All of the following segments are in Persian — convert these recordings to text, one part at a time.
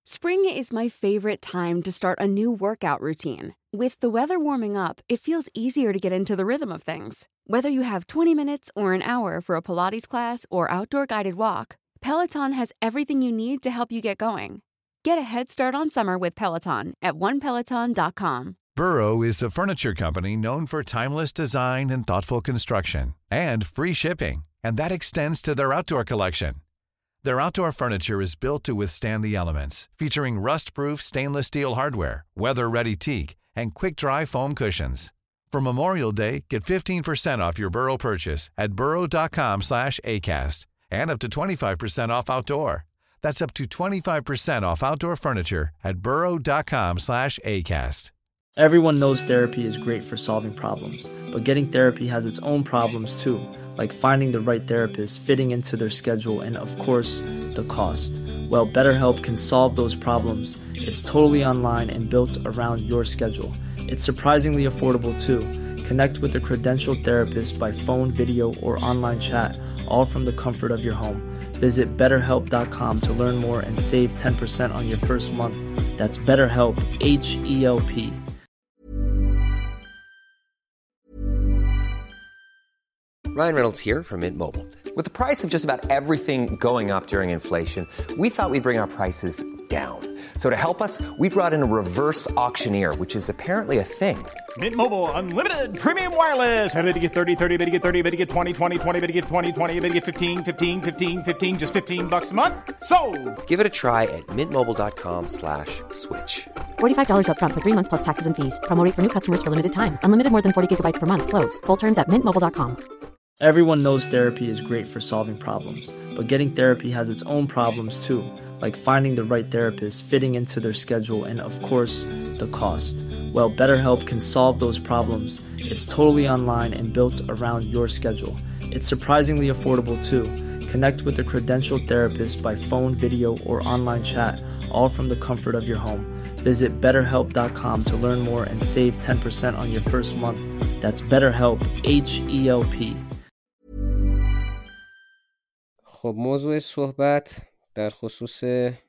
Spring is my favorite time to start a new workout routine. With the weather warming up, it feels easier to get into the rhythm of things. Whether you have 20 minutes or an hour for a Pilates class or outdoor guided walk, Peloton has everything you need to help you get going. Get a head start on summer with Peloton at onepeloton.com. Burrow is a furniture company known for timeless design and thoughtful construction and free shipping, and that extends to their outdoor collection. Their outdoor furniture is built to withstand the elements, featuring rust-proof stainless steel hardware, weather-ready teak, and quick-dry foam cushions. For Memorial Day, get 15% off your Burrow purchase at burrow.com/acast, and up to 25% off outdoor. That's up to 25% off outdoor furniture at burrow.com/acast. Everyone knows therapy is great for solving problems, but getting therapy has its own problems too, like finding the right therapist, fitting into their schedule, and of course, the cost. Well, BetterHelp can solve those problems. It's totally online and built around your schedule. It's surprisingly affordable too. Connect with a credentialed therapist by phone, video, or online chat, all from the comfort of your home. Visit BetterHelp.com to learn more and save 10% on your first month. That's BetterHelp, H-E-L-P. Ryan Reynolds here from Mint Mobile. With the price of just about everything going up during inflation, we thought we'd bring our prices down. So to help us, we brought in a reverse auctioneer, which is apparently a thing. Mint Mobile Unlimited Premium Wireless. How to get 30, 30, how to get 30, how to get 20, 20, 20, how to get 20, 20, how to get 15, 15, 15, 15, just $15 a month? Sold! Give it a try at mintmobile.com/switch. $45 up front for 3 months plus taxes and fees. Promo rate for new customers for limited time. Unlimited more than 40 gigabytes per month. Slows full terms at mintmobile.com. Everyone knows therapy is great for solving problems, but getting therapy has its own problems too, like finding the right therapist, fitting into their schedule, and of course, the cost. Well, BetterHelp can solve those problems. It's totally online and built around your schedule. It's surprisingly affordable too. Connect with a credentialed therapist by phone, video, or online chat, all from the comfort of your home. Visit BetterHelp.com to learn more and save 10% on your first month. That's BetterHelp, H-E-L-P. خب موضوع صحبت در خصوص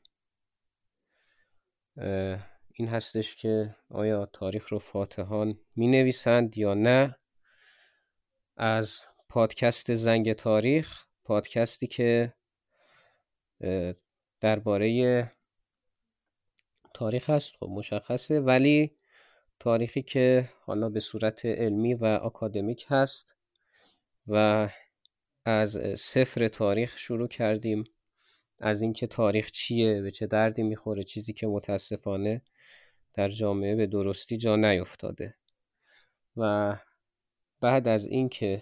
این هستش که آیا تاریخ رو فاتحان می نویسند یا نه. از پادکست زنگ تاریخ، پادکستی که درباره تاریخ هست، خب مشخصه، ولی تاریخی که حالا به صورت علمی و آکادمیک هست و از صفر تاریخ شروع کردیم، از اینکه تاریخ چیه، به چه دردی میخوره، چیزی که متاسفانه در جامعه به درستی جا نیفتاده. و بعد از اینکه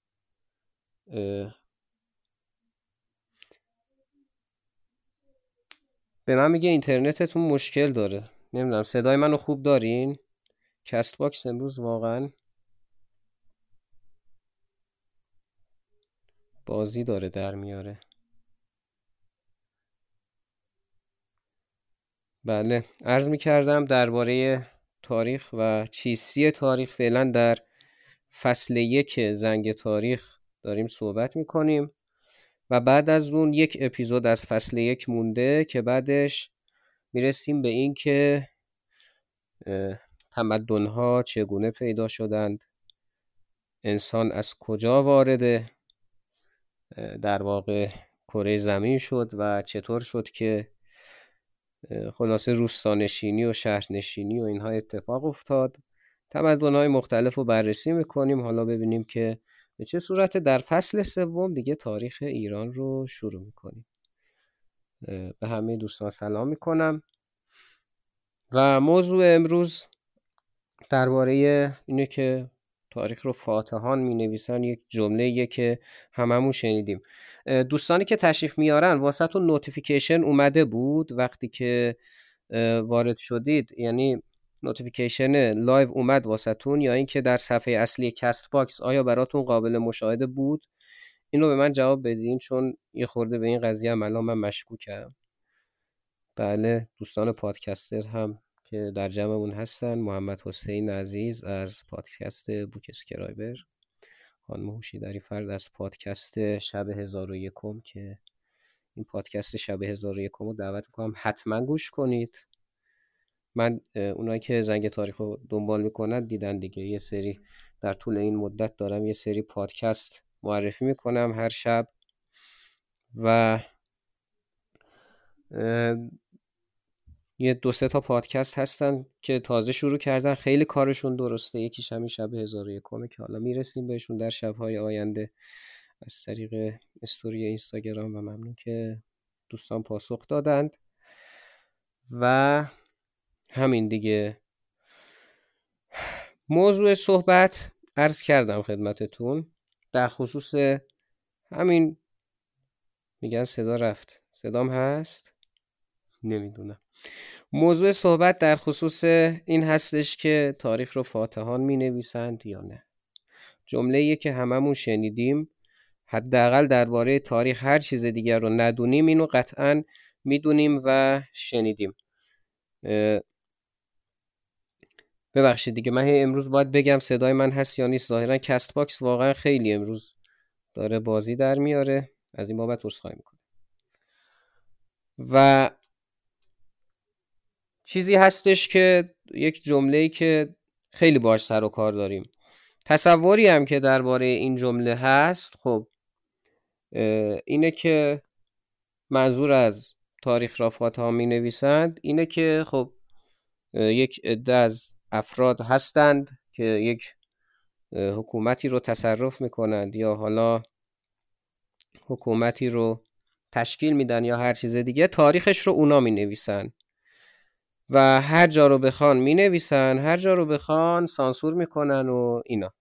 به من میگه اینترنتتون مشکل داره، نمیدونم صدای منو خوب دارین؟ کست باکس امروز واقعا بازی داره در میاره. بله، عرض میکردم درباره تاریخ و چیستی تاریخ. فعلا در فصل 1 زنگ تاریخ داریم صحبت میکنیم و بعد از اون یک اپیزود از فصل 1 مونده که بعدش میرسیم به این که تمدن‌ها چگونه پیدا شدند، انسان از کجا وارد در واقع کره زمین شد و چطور شد که خلاصه روستانشینی و شهرنشینی و اینها اتفاق افتاد. تمدن‌های مختلف رو بررسی میکنیم. حالا ببینیم که به چه صورت در فصل 3 دیگه تاریخ ایران رو شروع میکنیم. به همه دوستان سلام میکنم و موضوع امروز درباره اینه که تاریخ رو فاتحان می نویسن. یک جمله که هممون شنیدیم. دوستانی که تشریف میارن واسهتون نوتیفیکیشن اومده بود وقتی که وارد شدید؟ یعنی نوتیفیکیشن لایو اومد واسهتون یا اینکه در صفحه اصلی کست باکس آیا براتون قابل مشاهده بود؟ اینو به من جواب بدین، چون یه خورده به این قضیه هم الان من مشکوکم. بله، دوستان پادکستر هم که در جمعمون هستن، محمد حسین عزیز از پادکست بوک اسکرایبر، خانم هوشیدری فرد از پادکست شب 1001 که این پادکست شب 1001 رو دعوت میکنم حتما گوش کنید. من اونایی که زنگ تاریخ رو دنبال میکنن دیدن دیگه، یه سری در طول این مدت دارم یه سری پادکست معرفی میکنم هر شب و یه 2-3 تا پادکست هستن که تازه شروع کردن، خیلی کارشون درسته. یکیش همین شب 1001 که حالا میرسیم بهشون در شب‌های آینده از طریق استوری اینستاگرام و ممنون که دوستان پاسخ دادند. و همین دیگه. موضوع صحبت عرض کردم خدمتتون در خصوص همین، میگن صدا رفت، صدام هست؟ نمیدونم. موضوع صحبت در خصوص این هستش که تاریخ رو فاتحان می نویسند یا نه. جمله‌ای که هممون شنیدیم، حداقل درباره تاریخ هر چیز دیگر رو ندونیم اینو قطعاً میدونیم و شنیدیم. ببخشید دیگه، من امروز باید بگم صدای من هست یا نیست. ظاهرا کست باکس واقعا خیلی امروز داره بازی در میاره، از این بابت عذرخواهی میکنم. و چیزی هستش که یک جمله‌ای که خیلی باهاش سر و کار داریم، تصوری هم که درباره این جمله هست، خب اینه که منظور از تاریخ را فاتحان می نویسند اینه که خب یک عده از افراد هستند که یک حکومتی رو تصرف میکنند یا حالا حکومتی رو تشکیل میدن یا هر چیز دیگه، تاریخش رو اونا می نویسن و هر جا رو بخوان می نویسن، هر جا رو بخوان سانسور میکنن و اینا.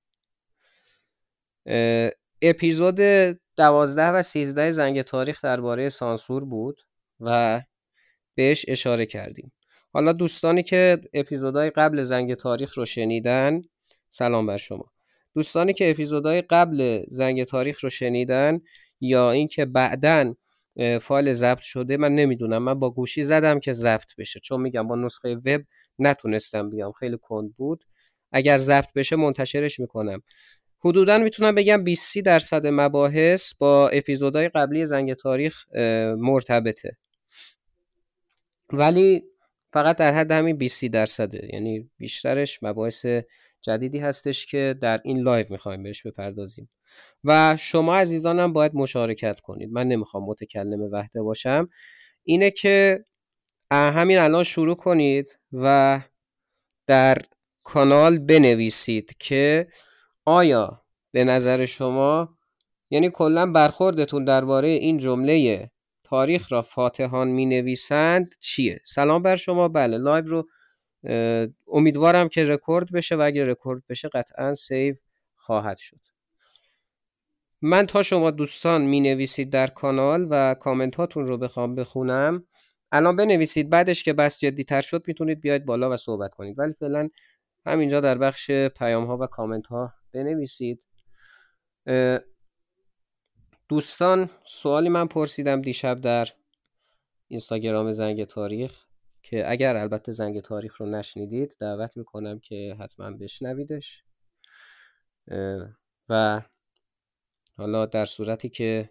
اپیزود 12 و 13 زنگ تاریخ درباره سانسور بود و بهش اشاره کردیم. حالا دوستانی که اپیزودهای قبل زنگ تاریخ رو شنیدن، سلام بر شما. دوستانی که اپیزودهای قبل زنگ تاریخ رو شنیدن یا اینکه بعداً فایل ضبط شده، من نمیدونم، من با گوشی زدم که ضبط بشه، چون میگم با نسخه وب نتونستم بیام، خیلی کند بود. اگر ضبط بشه منتشرش میکنم. حدوداً میتونم بگم 20% مباحث با اپیزودهای قبلی زنگ تاریخ مرتبطه، ولی فقط در حد همین 20%، یعنی بیشترش مباحث جدیدی هستش که در این لایو میخوایم بهش بپردازیم و شما عزیزانم باید مشارکت کنید. من نمیخوام متکلم وحده باشم، اینه که همین الان شروع کنید و در کانال بنویسید که آیا به نظر شما، یعنی کلا برخوردتون درباره این جمله تاریخ را فاتحان می نویسند چیه؟ سلام بر شما. بله، لایو رو امیدوارم که رکورد بشه و اگه رکورد بشه قطعا سیو خواهد شد. من تا شما دوستان می نویسید در کانال و کامنت هاتون رو بخوام بخونم، الان بنویسید، بعدش که بس جدی تر شد میتونید بیاید بالا و صحبت کنید، ولی فعلا همینجا در بخش پیام ها و کامنت ها بنویسید. دوستان سوالی من پرسیدم دیشب در اینستاگرام زنگ تاریخ که اگر البته زنگ تاریخ رو نشنیدید دعوت میکنم که حتما بشنویدش و حالا در صورتی که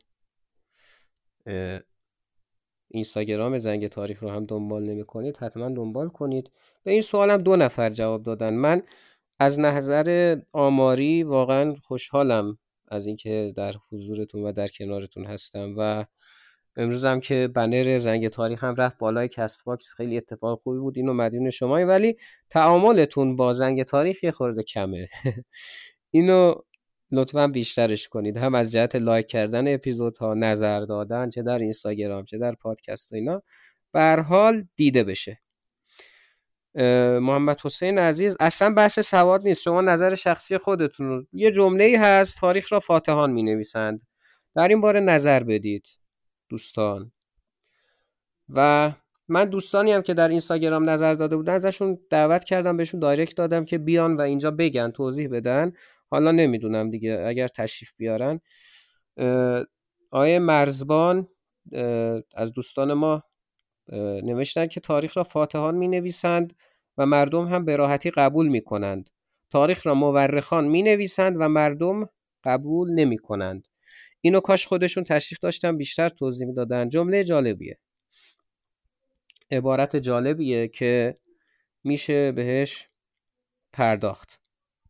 اینستاگرام زنگ تاریخ رو هم دنبال نمی کنید حتما دنبال کنید. به این سوالم 2 نفر جواب دادن. من از نظر آماری واقعا خوشحالم از اینکه در حضورتون و در کنارتون هستم و امروز هم که بنر زنگ تاریخ هم رفت بالای کست باکس، خیلی اتفاق خوبی بود، اینو مدیون شمایی، ولی تعاملتون با زنگ تاریخ یه خورده کمه. اینو لطفاً بیشترش کنید، هم از جهت لایک کردن اپیزودها، نظر دادن، چه در اینستاگرام چه در پادکست و اینا، به هر حال دیده بشه. محمد حسین عزیز، اصلا بحث سواد نیست، شما نظر شخصی خودتون رو، یه جمله‌ای هست تاریخ را فاتحان می‌نویسند، در این باره نظر بدید دوستان. و من دوستانی هم که در اینستاگرام نظر داده بودن ازشون دعوت کردم، بهشون دایرکت دادم که بیان و اینجا بگن، توضیح بدن. حالا نمیدونم دیگه اگر تشریف بیارن. آیه مرزبان از دوستان ما نوشتن که تاریخ را فاتحان می نویسند و مردم هم به راحتی قبول می کنند. تاریخ را مورخان می نویسند و مردم قبول نمی کنند. اینو کاش خودشون تشریف داشتن بیشتر توضیح میدادن. جمله جالبیه، عبارت جالبیه که میشه بهش پرداخت.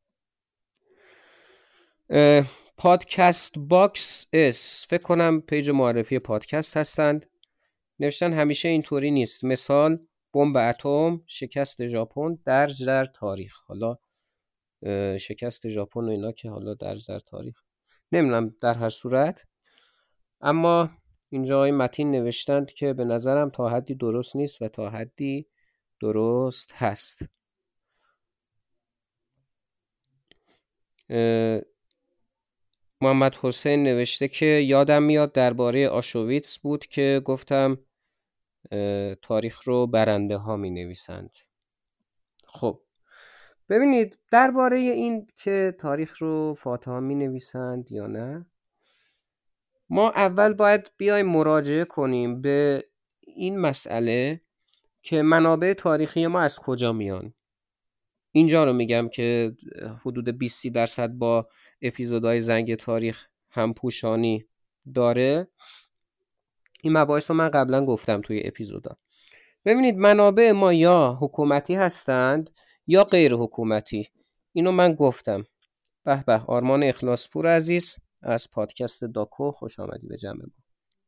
پادکست باکس اس، فکر کنم پیج معرفی پادکست هستند، نوشتن همیشه اینطوری نیست. مثال بمب اتم، شکست ژاپن، درج در تاریخ. حالا شکست ژاپن و اینا که حالا درج در تاریخ نمیدونم، در هر صورت اما اینجا این متین نوشتند که به نظرم تا حدی درست نیست و تا حدی درست هست. محمد حسین نوشته که یادم میاد درباره آشویتس بود که گفتم تاریخ رو برنده ها می نویسند. خب ببینید درباره این که تاریخ رو فاتحا می نویسند یا نه، ما اول باید بیایم مراجعه کنیم به این مسئله که منابع تاریخی ما از کجا میان. اینجا رو میگم که حدود 20% با اپیزودهای زنگ تاریخ همپوشانی داره. این مباحث رو من قبلا گفتم توی اپیزودا. ببینید منابع ما یا حکومتی هستند یا غیر حکومتی. اینو من گفتم. به به، آرمان اخلاصپور عزیز از پادکست داکو، خوش آمدی به جمع ما.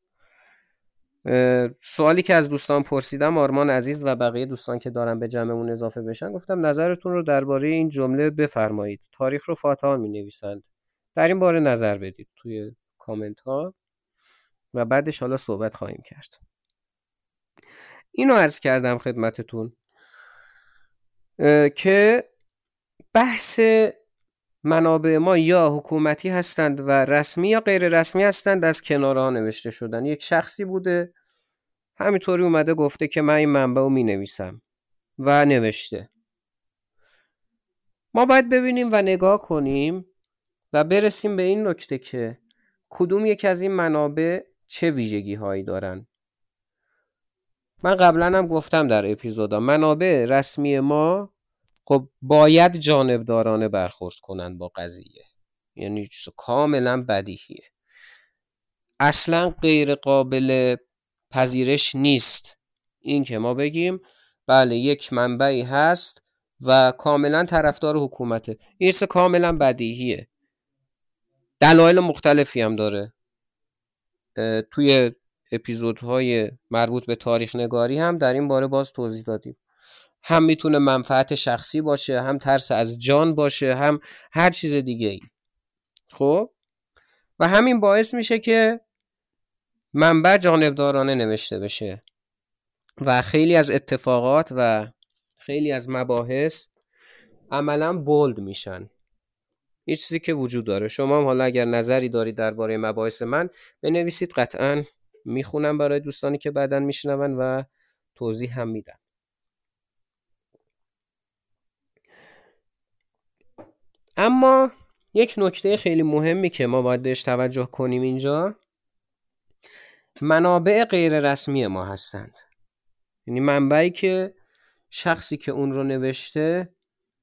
سوالی که از دوستان پرسیدم، آرمان عزیز و بقیه دوستان که دارن به جمعمون اضافه بشن، گفتم نظرتون رو درباره این جمله بفرمایید، تاریخ رو فاتحا می نویسند. در این باره نظر بدید توی کامنت ها و بعدش حالا صحبت خواهیم کرد. اینو عرض کردم خدمتتون که بحث منابع ما یا حکومتی هستند و رسمی یا غیر رسمی هستند از کنارها نوشته شدن. یک شخصی بوده همینطوری اومده گفته که من این منبع رو می نویسم و نوشته. ما باید ببینیم و نگاه کنیم و برسیم به این نکته که کدوم یک از این منابع چه ویژگی هایی دارن. من قبلا هم گفتم در اپیزودا منابع رسمی ما خب باید جانبدارانه برخورد کنن با قضیه، یعنی کاملا بدیهیه، اصلا غیر قابل پذیرش نیست این که ما بگیم بله یک منبعی هست و کاملا طرفدار حکومته. این کاملا بدیهیه. دلایل مختلفی هم داره. توی اپیزودهای مربوط به تاریخ نگاری هم در این باره باز توضیح دادیم. هم میتونه منفعت شخصی باشه، هم ترس از جان باشه، هم هر چیز دیگه ای. خب و همین باعث میشه که منبع جانبدارانه نوشته بشه و خیلی از اتفاقات و خیلی از مباحث عملا بولد میشن. این چیزی که وجود داره. شما هم حالا اگر نظری دارید درباره مباحث من بنویسید، قطعا میخونم برای دوستانی که بعداً میشنون و توضیح هم میدم. اما یک نکته خیلی مهمی که ما باید بهش توجه کنیم اینجا، منابع غیر رسمی ما هستند. یعنی منبعی که شخصی که اون رو نوشته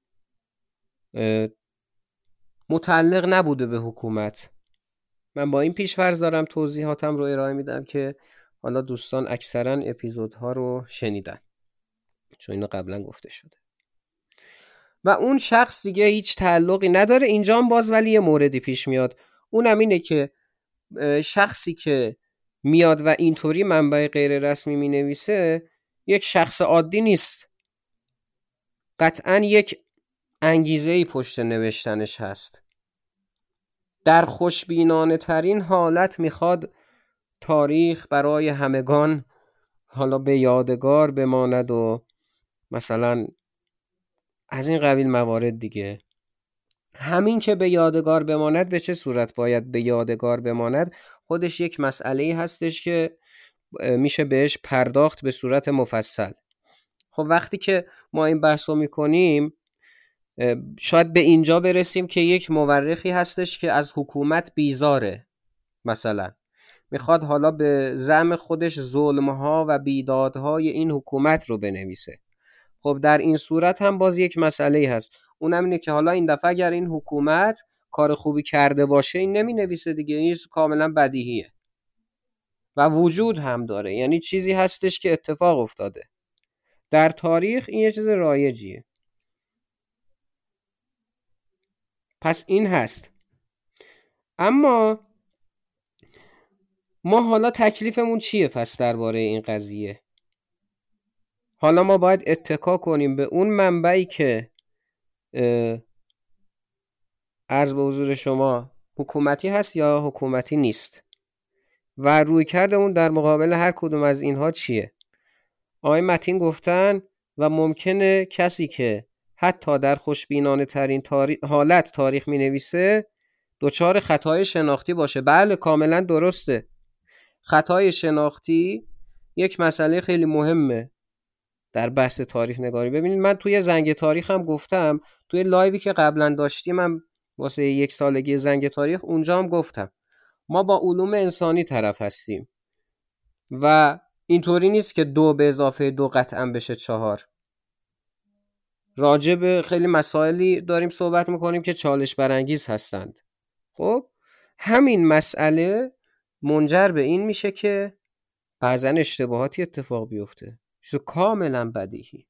متعلق نبوده به حکومت. من با این پیش‌فرض دارم توضیحاتم رو ارائه میدم که حالا دوستان اکثرا اپیزودها رو شنیدن، چون اینو قبلا گفته شده و اون شخص دیگه هیچ تعلقی نداره. اینجا هم باز ولی یه موردی پیش میاد، اونم اینه که شخصی که میاد و اینطوری منبع غیر رسمی می نویسه یک شخص عادی نیست، قطعاً یک انگیزه‌ای پشت نوشتنش هست. در خوشبینانه ترین حالت میخواد تاریخ برای همگان حالا به یادگار بماند و مثلا از این قبیل موارد دیگه. همین که به یادگار بماند به چه صورت باید به یادگار بماند خودش یک مسئله‌ای هستش که میشه بهش پرداخت به صورت مفصل. خب وقتی که ما این بحثو میکنیم شاید به اینجا برسیم که یک مورخی هستش که از حکومت بیزاره، مثلا میخواد حالا به زعم خودش ظلمها و بیدادهای این حکومت رو بنویسه. خب در این صورت هم باز یک مسئله هست، اونم اینه که حالا این دفعه اگر این حکومت کار خوبی کرده باشه این نمی نویسه دیگه. این کاملا بدیهیه و وجود هم داره، یعنی چیزی هستش که اتفاق افتاده در تاریخ. این یه چیز رایجیه. پس این هست. اما ما حالا تکلیفمون چیه پس درباره این قضیه؟ حالا ما باید اتکا کنیم به اون منبعی که عرض به حضور شما حکومتی هست یا حکومتی نیست و رویکرد اون در مقابل هر کدوم از اینها چیه. آقای متین گفتن و ممکنه کسی که حتی در خوشبینانه ترین حالت تاریخ می نویسه دچار خطای شناختی باشه. بله کاملا درسته. خطای شناختی یک مسئله خیلی مهمه در بحث تاریخ نگاری. ببینید من توی زنگ تاریخ هم گفتم، توی لایوی که قبلا داشتیم هم واسه 1 سالگی زنگ تاریخ، اونجا هم گفتم ما با علوم انسانی طرف هستیم و اینطوری نیست که 2 به اضافه 2 قطعا بشه 4. راجع به خیلی مسائلی داریم صحبت میکنیم که چالش برانگیز هستند. خب همین مسئله منجر به این میشه که بعضا اشتباهاتی اتفاق بیفته، چیز کاملا بدیهی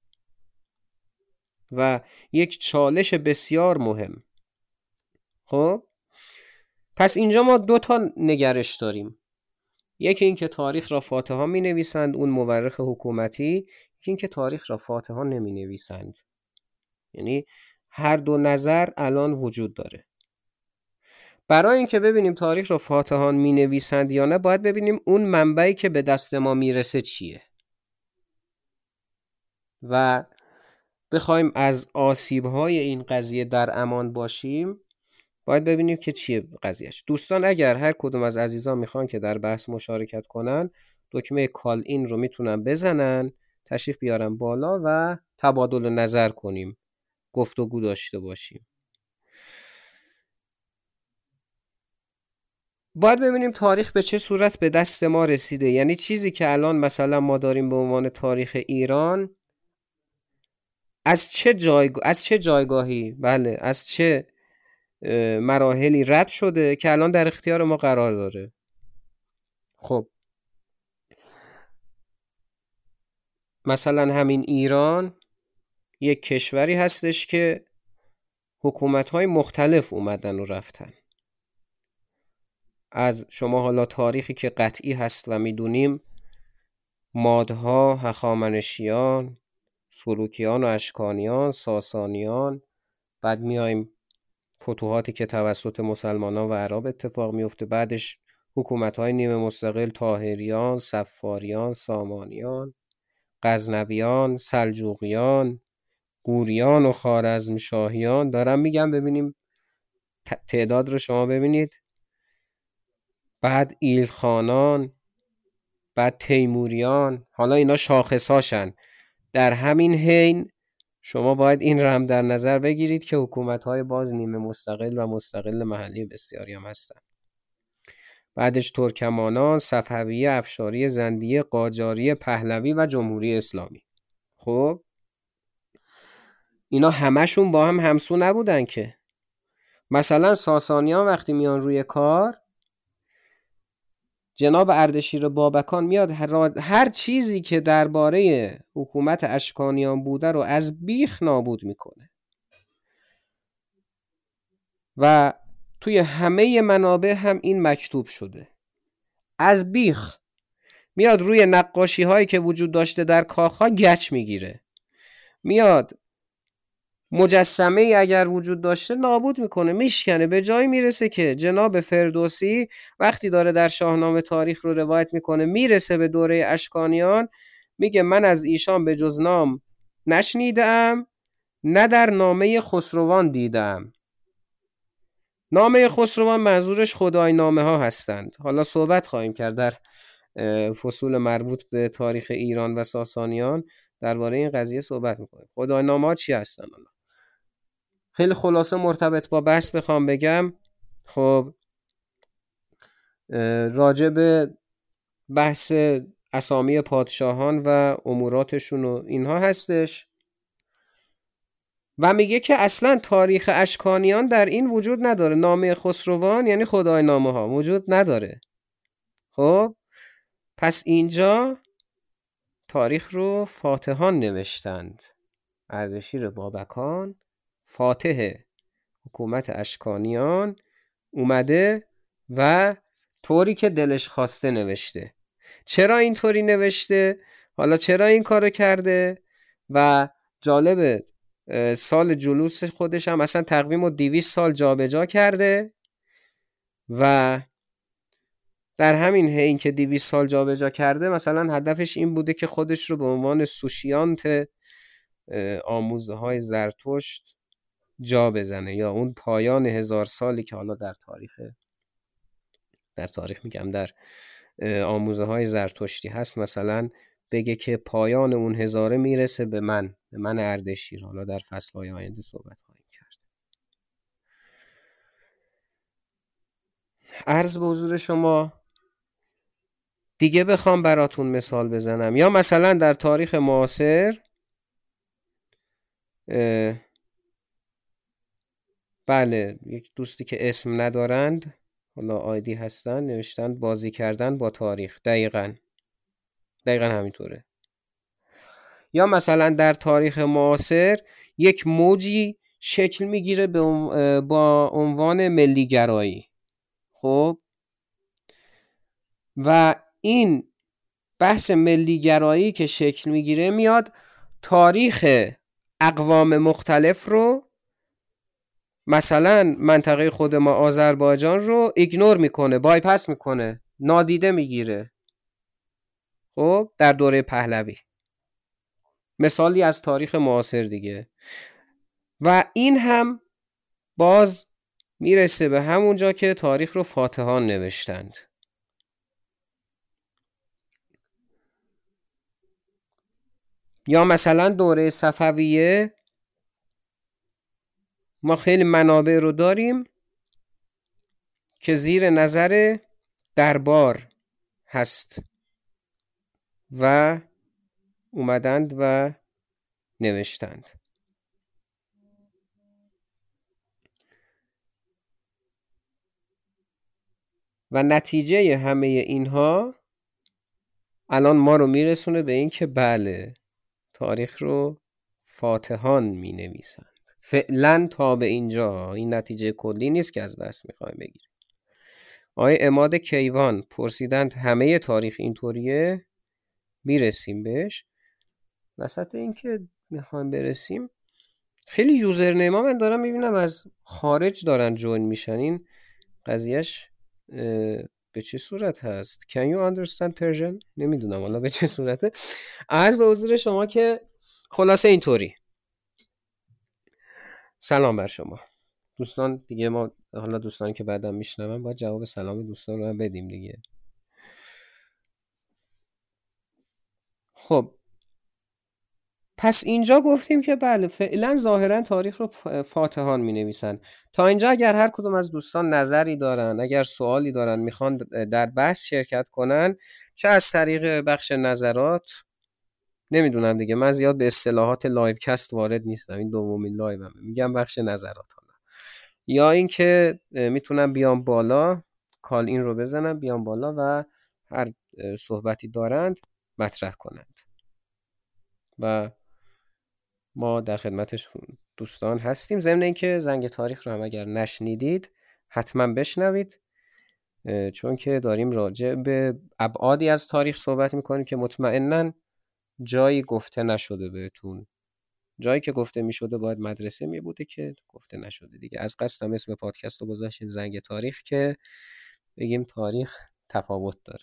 و یک چالش بسیار مهم. خب پس اینجا ما 2 تا نگرش داریم. یکی این که تاریخ را فاتحان می نویسند، اون مورخ حکومتی. یکی این که تاریخ را فاتحان نمی نویسند. یعنی هر دو نظر الان وجود داره. برای اینکه ببینیم تاریخ را فاتحان می نویسند یا نه، باید ببینیم اون منبعی که به دست ما میرسه چیه و بخوایم از آسیب‌های این قضیه در امان باشیم. باید ببینیم که چیه قضیهش. دوستان اگر هر کدوم از عزیزان میخوان که در بحث مشارکت کنن، دکمه کال این رو میتونن بزنن، تشریف بیارن بالا و تبادل نظر کنیم، گفتگو داشته باشیم. باید ببینیم تاریخ به چه صورت به دست ما رسیده. یعنی چیزی که الان مثلا ما داریم به عنوان تاریخ ایران از چه جایگاهی، بله از چه مراحلی رد شده که الان در اختیار ما قرار داره. خب مثلا همین ایران یک کشوری هستش که حکومت‌های مختلف اومدن و رفتن. از شما حالا تاریخی که قطعی هست و میدونیم، مادها، هخامنشیان، سلوکیان و اشکانیان، ساسانیان، بعد میایم فتوحاتی که توسط مسلمانان و عرب اتفاق میفته، بعدش حکومت‌های نیمه مستقل، طاهریان، صفاریان، سامانیان، غزنویان، سلجوقیان، غوریان و خوارزمشاهیان. دارم میگم ببینیم تعداد رو شما ببینید. بعد ایلخانان، بعد تیموریان. حالا اینا شاخصاشن. در همین حین شما باید این رو هم در نظر بگیرید که حکومت‌های باز نیمه مستقل و مستقل محلی بسیاری هم هستن. بعدش ترکمانان، صفویه، افشاری، زندیه، قاجاری، پهلوی و جمهوری اسلامی. خب اینا همشون با هم همسو نبودن که. مثلا ساسانیان وقتی میان روی کار، جناب اردشیر بابکان میاد هر چیزی که درباره حکومت اشکانیان بوده رو از بیخ نابود میکنه و توی همه منابع هم این مکتوب شده. از بیخ میاد روی نقاشی هایی که وجود داشته در کاخها گچ میگیره، میاد مجسمه ای اگر وجود داشته نابود میکنه، میشکنه. به جایی میرسه که جناب فردوسی وقتی داره در شاهنامه تاریخ رو روایت میکنه، میرسه به دوره اشکانیان، میگه من از ایشان به جز نام نشنیدم، نه در نامه خسروان دیدم. نامه خسروان منظورش خدای نامه ها هستند. حالا صحبت خواهیم کرد در فصول مربوط به تاریخ ایران و ساسانیان درباره این قضیه صحبت میکنیم. خدای نامه ها چی هستن؟ خیلی خلاصه مرتبط با بحث بخوام بگم، خب راجع به بحث اسامی پادشاهان و اموراتشون و اینها هستش. و میگه که اصلا تاریخ اشکانیان در این وجود نداره. نامه خسروان یعنی خدای نامه ها وجود نداره. خب پس اینجا تاریخ رو فاتحان نوشتند. اردشیر بابکان فاتح حکومت اشکانیان اومده و طوری که دلش خواسته نوشته. چرا اینطوری نوشته؟ حالا چرا این کارو کرده؟ و جالبه سال جلوس خودش هم اصلا تقویم رو 200 سال جابجا کرده و در همین حین که 200 سال جابجا کرده مثلا هدفش این بوده که خودش رو به عنوان سوشیانت آموزه های زرتشت جا بزنه، یا اون پایان 1000 سالی که حالا در تاریخ میگم در آموزه های زرتشتی هست، مثلا بگه که پایان اون 1000 میرسه به من اردشیر. حالا در فصل‌های آینده صحبت خواهیم کرد. عرض به حضور شما دیگه بخوام براتون مثال بزنم، یا مثلا در تاریخ معاصر بله یک دوستی که اسم ندارند، حالا آیدی هستن، نوشتن بازی کردن با تاریخ. دقیقاً همینطوره. یا مثلا در تاریخ معاصر یک موجی شکل میگیره با عنوان ملیگرایی. خب و این بحث ملیگرایی که شکل میگیره میاد تاریخ اقوام مختلف رو، مثلا منطقه خود ما آذربایجان رو ایگنور میکنه، بایپاس میکنه، نادیده میگیره. خب در دوره پهلوی مثالی از تاریخ معاصر دیگه. و این هم باز میرسه به همونجا که تاریخ رو فاتحان نوشتند. یا مثلا دوره صفویه ما خیلی منابع رو داریم که زیر نظر دربار هست و اومدند و نوشتند. و نتیجه همه اینها الان ما رو میرسونه به این که بله تاریخ رو فاتحان می نویسند. فعلا تا به اینجا این نتیجه کلی نیست که از بحث میخوایم بگیریم. آقای عماد کیوان پرسیدند همه تاریخ اینطوریه؟ میرسیم بهش. وسط این که میخوایم برسیم خیلی یوزرنیما من دارم میبینم از خارج دارن جوین میشن. این قضیهش به چه صورت هست؟ Can you understand Persian؟ نمیدونم حالا به چه صورته. عرض به حضور شما که خلاصه اینطوری. سلام بر شما دوستان دیگه. ما حالا دوستانی که بعدم میشنون باید جواب سلام دوستان رو هم بدیم دیگه. خب پس اینجا گفتیم که بله فعلا ظاهرا تاریخ رو فاتحان می نویسن. تا اینجا اگر هر کدوم از دوستان نظری دارن، اگر سوالی دارن، میخوان در بحث شرکت کنن، چه از طریق بخش نظرات، نمیدونم دیگه، من زیاد به اصطلاحات لایو کست وارد نیستم، این دومین لایومه، میگم بخش نظرات ها. یا این که میتونم بیام بالا، کال این رو بزنم بیام بالا و هر صحبتی دارند مطرح کنند و ما در خدمتش دوستان هستیم. ضمن اینکه زنگ تاریخ رو هم اگر نشنیدید حتما بشنوید، چون که داریم راجع به ابعادی از تاریخ صحبت میکنیم که مطمئناً جایی گفته نشده بهتون. جایی که گفته میشده باید مدرسه می بوده که گفته نشده دیگه. از قصد اسم پادکست رو گذاشتیم زنگ تاریخ که بگیم تاریخ تفاوت داره.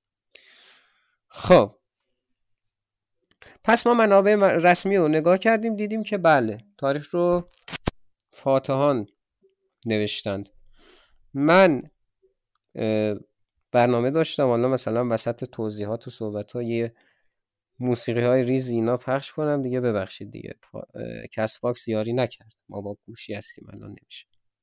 خب پس ما منابع رسمی رو نگاه کردیم، دیدیم که بله تاریخ رو فاتحان نوشتند. من برنامه داشتم حالا مثلا وسط توضیحات و صحبت ها یه موسیقی های ریزی اینا پخش کنم دیگه، ببخشید دیگه. کست باکس یاری نکرد، ما با گوشی هستیم الان نمیشه.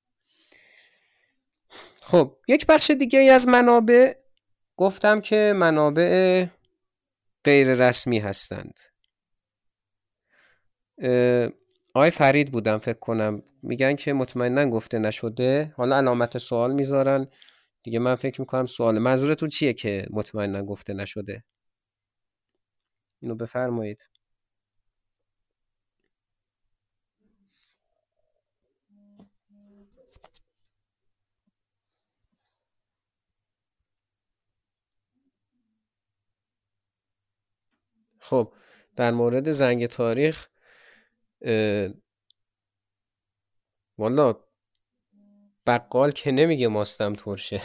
خب یک بخش دیگه ای از منابع گفتم که منابع غیر رسمی هستند. آقای فرید بودم فکر کنم، میگن که مطمئنا گفته نشده. حالا علامت سوال میذارن دیگه، من فکر میکنم سوال منظورتون چیه که مطمئنا گفته نشده؟ اینو بفرمایید. خب در مورد زنگ تاریخ والا بقال که نمیگه ماستم ترشه.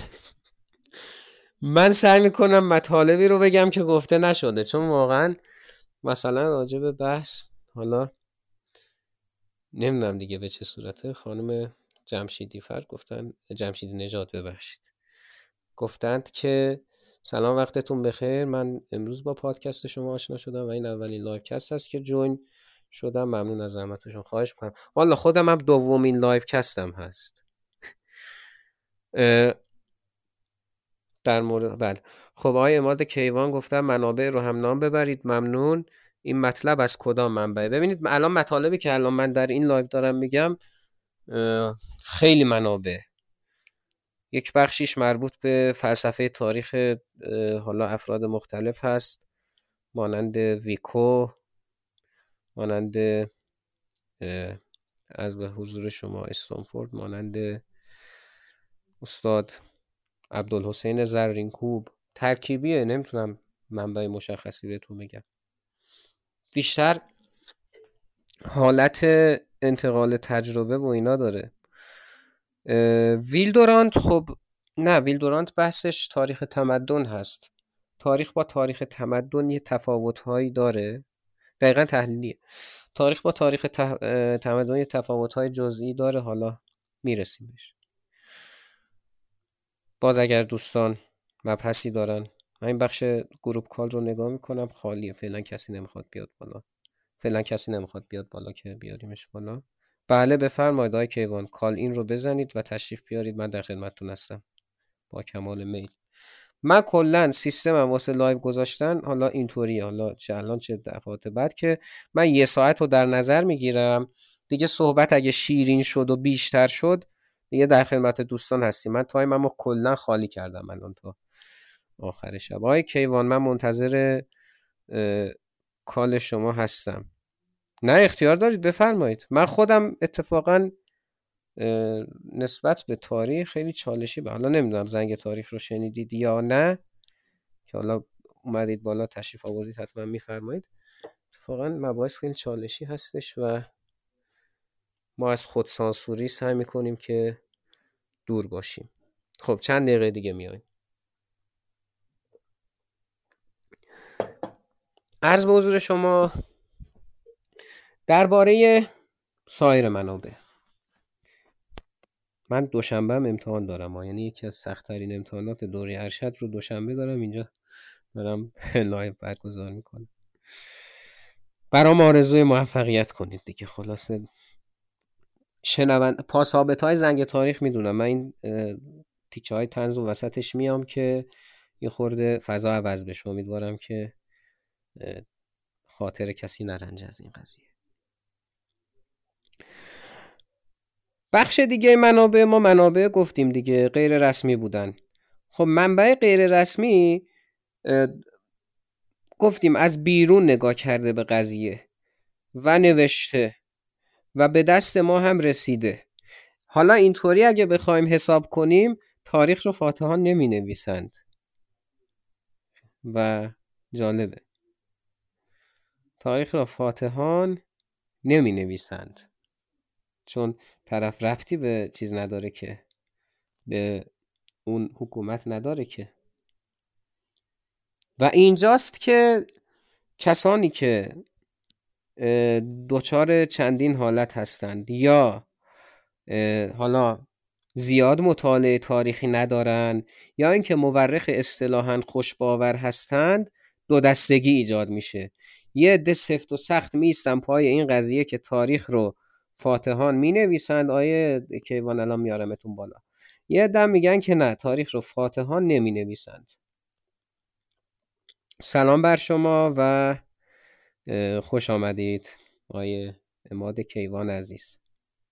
من سعی میکنم مطالبی رو بگم که گفته نشده، چون واقعا مثلا راجع به بحث، حالا نمیدونم دیگه به چه صورته، خانم جمشیدی فرد گفتن، جمشیدی نژاد ببخشید، گفتند که سلام وقتتون بخیر، من امروز با پادکست شما آشنا شدم و این اولین لایو کست هست که جوین شدم، ممنون از زحمتشون. خواهش میکنم. والا خودم هم دومین لایو کستم هست. در مورد بله. خب آقای اماد کیوان گفتم منابع رو هم نام ببرید، ممنون. این مطلب از کدام منبع؟ ببینید الان مطالبی که الان من در این لایو دارم میگم خیلی منابع، یک بخشیش مربوط به فلسفه تاریخ حالا افراد مختلف هست، مانند ویکو، مانند از به حضور شما استنفورد، مانند استاد عبدالحسین زرینکوب. ترکیبیه، نمیتونم منبع مشخصی بهتون بگم، بیشتر حالت انتقال تجربه و اینا داره. ویلدورانت، خب نه، ویلدورانت بحثش تاریخ تمدن هست. تاریخ با تاریخ تمدن یه تفاوت‌هایی داره، دقیقاً تحلیلیه. تاریخ با تاریخ تمدن یه تفاوت‌های جزئی داره، حالا میرسیم بهش. باز اگر دوستان مبحثی دارن، من این بخش گروپ کال رو نگاه میکنم، خالیه، فعلا کسی نمیخواد بیاد بالا که بیاریمش بالا. بله بفرمایید آقای کیوان، کال این رو بزنید و تشریف بیارید، من در خدمتتون هستم با کمال میل. من کلا سیستمم واسه لایو گذاشتن حالا اینطوریه، حالا چه الان چه دفعات بعد، که من 1 ساعت رو در نظر میگیرم دیگه. صحبت اگه شیرین شد و بیشتر شد دیگه در خدمت دوستان هستیم. من تایممو کلا خالی کردم الان تا آخر شب. آقای کیوان من منتظر کال شما هستم. نه اختیار دارید بفرمایید. من خودم اتفاقا نسبت به تاریخ خیلی چالشی حالا نمیدونم زنگ تاریخ رو شنیدید یا نه، که حالا اومدید بالا تشریف آوردید حتما میفرمایید. اتفاقا مباحث خیلی چالشی هستش و ما از خود سانسوری سعی میکنیم که دور باشیم. خب چند دقیقه دیگه میایم. عرض به حضور شما درباره سایر منابع. من دوشنبه هم امتحان دارم، یعنی یکی از سخت‌ترین امتحانات دوره ارشد رو دوشنبه دارم، اینجا دارم لایو برگزار میکنم. برام آرزوی موفقیت کنید دیگه. خلاصه پاسابت‌های زنگ تاریخ میدونم، من این تیکه های طنز و وسطش میام که یه خورده فضا عوض بشه. امیدوارم که خاطر کسی نرنج از این قضیه. بخش دیگه منابع، ما منابع گفتیم دیگه غیر رسمی بودن. خب منبع غیر رسمی گفتیم از بیرون نگاه کرده به قضیه و نوشته و به دست ما هم رسیده. حالا اینطوری اگه بخوایم حساب کنیم تاریخ رو فاتحان نمی نویسند و جالبه، تاریخ رو فاتحان نمی نویسند چون طرف ربطی به چیز نداره، که به اون حکومت نداره که. و اینجاست که کسانی که دوچار چندین حالت هستند یا حالا زیاد مطالعه تاریخی ندارن یا اینکه مورخ اصطلاحاً خوشباور هستند، دو دستگی ایجاد میشه. یه عده سفت و سخت میستن پای این قضیه که تاریخ رو فاتحان مینویسند، آیه کیوان الان میارمتون بالا. یه عده میگن که نه، تاریخ رو فاتحان نمینویسند. سلام بر شما و خوش آمدید آیه عماد کیوان عزیز.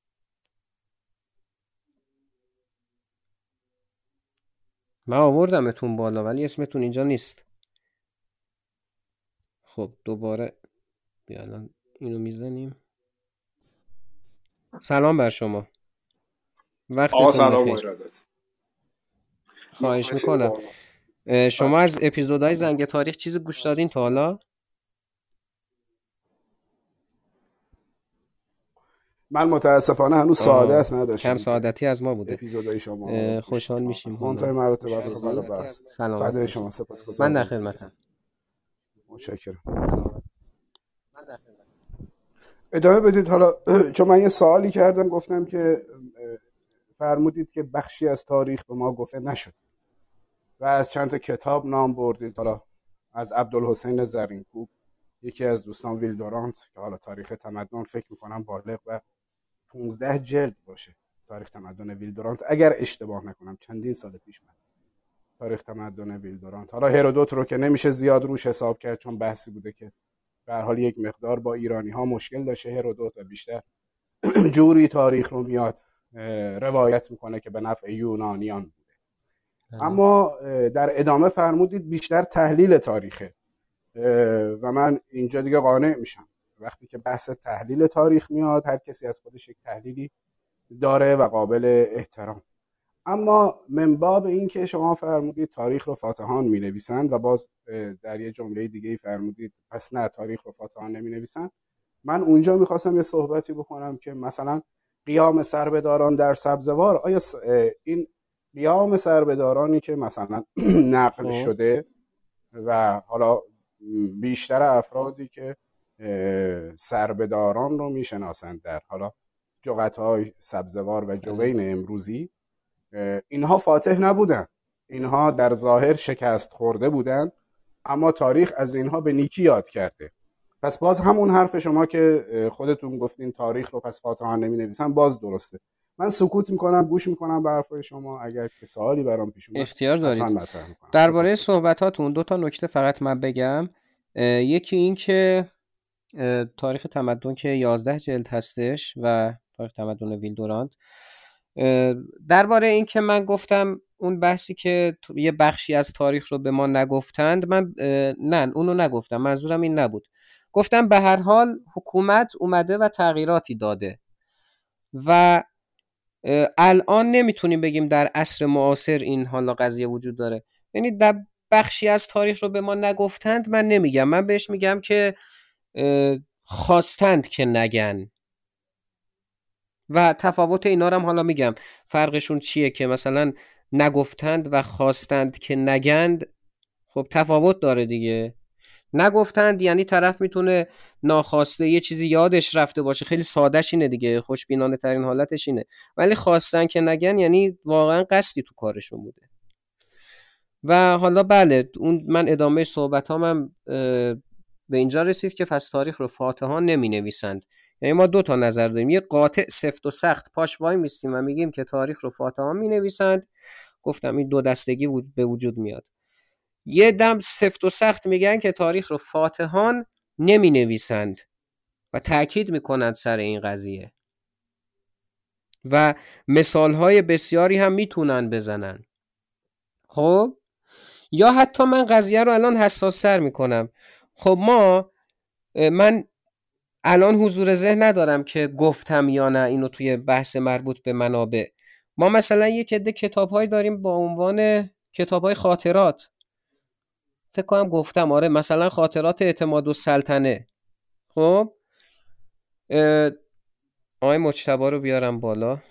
من آوردمتون بالا ولی اسمتون اینجا نیست. خب دوباره بیا الان اینو میزنیم. سلام بر شما. وقتتون سلام بخیر. ارادت. خواهش میکنم. شما از اپیزودهای زنگ تاریخ چیزی گوش دادین تا حالا؟ من متاسفانه هنوز سعادت نداشتم. کم سعادتی از ما بوده. اپیزودهای شما خوشحال میشیم. منتهای مراتب از خدا بحث. فدای شما، سپاسگزارم. من در خدمتم. متشکرم. ادامه بدید. حالا چون من یه سوالی کردم، گفتم که فرمودید که بخشی از تاریخ به ما گفته نشد و از چند تا کتاب نام بردید. حالا از عبدالحسین زرینکوب، یکی از دوستان ویل دورانت که حالا تاریخ تمدن فکر میکنم بالغ و 15 جلد باشه. تاریخ تمدن ویل دورانت اگر اشتباه نکنم چندین سال پیش من تاریخ تمدن ویل دورانت. حالا هرودوت رو که نمیشه زیاد روش حساب کرد چون بحثی بوده که به هر حال یک مقدار با ایرانی ها مشکل داشته هرودوت و بیشتر جوری تاریخ رو میاد روایت میکنه که به نفع یونانیان بوده. اما در ادامه فرمودید بیشتر تحلیل تاریخه و من اینجا دیگه قانع میشم. وقتی که بحث تحلیل تاریخ میاد هر کسی از خودش یک تحلیلی داره و قابل احترام. اما من باب این که شما فرمودید تاریخ رو فاتحان می نویسن و باز در یه جمله دیگه فرمودید پس نه تاریخ رو فاتحان نمی نویسن، من اونجا میخواستم یه صحبتی بکنم که مثلا قیام سربداران در سبزوار، آیا این قیام سربدارانی که مثلا نقل شده و حالا بیشتر افرادی که سربداران رو میشناسند در حالا جغت‌های سبزوار و جوین امروزی، اینها فاتح نبودن، اینها در ظاهر شکست خورده بودن، اما تاریخ از اینها به نیکی یاد کرده. پس باز همون حرف شما که خودتون گفتین تاریخ رو پس فاتحان نمی نویسن باز درسته. من سکوت میکنم، گوش میکنم به حرفای شما. اگر که سوالی برام پیش اومد اختیار دارید. درباره صحبتاتون دو تا نکته فقط من بگم. یکی این که تاریخ تمدن که 11 جلد هستش و تاریخ تمدن ویل دورانت. درباره این که من گفتم اون بحثی که یه بخشی از تاریخ رو به ما نگفتند، من نه اونو نگفتم، منظورم این نبود. گفتم به هر حال حکومت اومده و تغییراتی داده و الان نمیتونیم بگیم در عصر معاصر این حالا قضیه وجود داره. یعنی در بخشی از تاریخ رو به ما نگفتند من نمیگم، من بهش میگم که خواستند که نگن و تفاوت اینا رو هم حالا میگم فرقشون چیه که مثلا نگفتند و خواستند که نگند. خب تفاوت داره دیگه. نگفتند یعنی طرف میتونه ناخواسته یه چیزی یادش رفته باشه، خیلی سادهش اینه دیگه، خوشبینانه ترین حالتش اینه. ولی خواستن که نگن یعنی واقعا قصدی تو کارشون بوده. و حالا بله اون من ادامه صحبتام به اینجا رسید که پس تاریخ رو فاتحان نمی نویسند. یعنی ما دو تا نظر داریم، یه قاطع سفت و سخت پاش وای میستیم و میگیم که تاریخ رو فاتحان می نویسند. گفتم این دو دستگی به وجود میاد. یه دم سفت و سخت میگن که تاریخ رو فاتحان نمی نویسند و تأکید میکنند سر این قضیه و مثالهای بسیاری هم میتونن بزنن. خب یا حتی من قضیه رو الان حساس تر میکنم. خب من الان حضور ذهن ندارم که گفتم یا نه اینو توی بحث مربوط به منابع. ما مثلا یک عده کتاب‌هایی داریم با عنوان کتاب‌های خاطرات. فکر کنم گفتم آره، مثلا خاطرات اعتمادالسلطنه. خب آقای مجتبی رو بیارم بالا.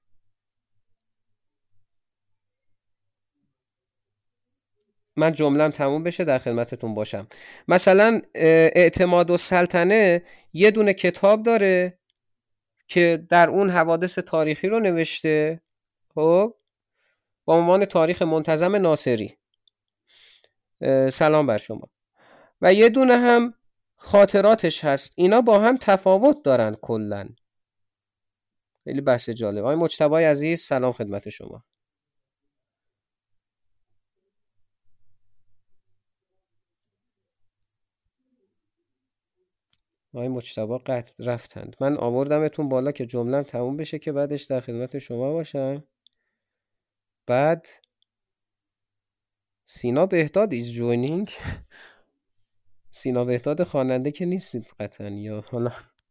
من جمله‌ام تموم بشه در خدمتتون باشم. مثلا اعتمادالسلطنه یه دونه کتاب داره که در اون حوادث تاریخی رو نوشته، خب با عنوان تاریخ منتظم ناصری. سلام بر شما. و یه دونه هم خاطراتش هست. اینا با هم تفاوت دارن کلاً. خیلی بحث جالب. آقای مجتبی عزیز سلام خدمت شما. آقای مجتبی رفتند. من آوردمتون بالا که جمله‌ام تموم بشه که بعدش در خدمت شما باشم. بعد سینا بهداد is joining. سینا بهداد خواننده که نیستید قطعا، یا حالا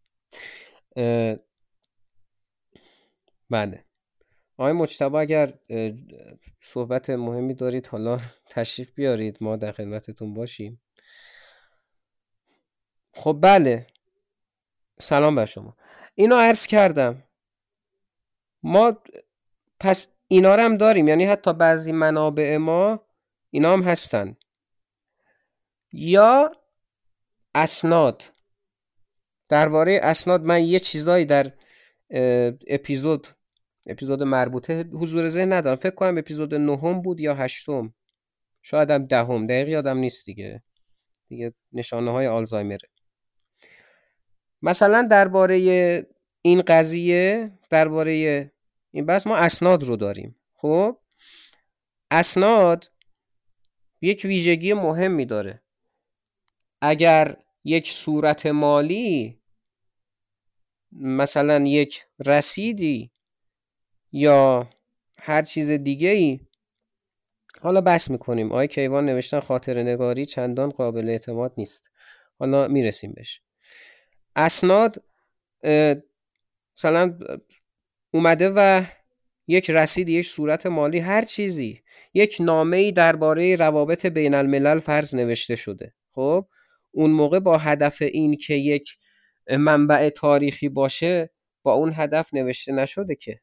بله. آقای مجتبی اگر صحبت مهمی دارید حالا تشریف بیارید، ما در خدمتتون باشیم. خب بله، سلام بر شما. اینو عرض کردم، ما پس اینا رو هم داریم، یعنی حتی بعضی منابع ما اینا هم هستن. یا اسناد. درباره اسناد من یه چیزایی در اپیزود مربوطه حضور ذهن ندارم، فکر کنم اپیزود 9 بود یا 8، شاید هم 10، دقیق یادم نیست دیگه نشانه های آلزایمره. مثلا درباره این قضیه، درباره این بحث ما اسناد رو داریم. خب اسناد یک ویژگی مهمی داره. اگر یک صورت مالی، مثلا یک رسیدی یا هر چیز دیگه‌ای، حالا بحث میکنیم. آقای کیوان نوشتن خاطره نگاری چندان قابل اعتماد نیست، حالا میرسیم بهش. اسناد مثلا اومده و یک رسید، یک صورت مالی، هر چیزی، یک نامه‌ای درباره روابط بین الملل فرض نوشته شده. خب اون موقع با هدف این که یک منبع تاریخی باشه، با اون هدف نوشته نشده که.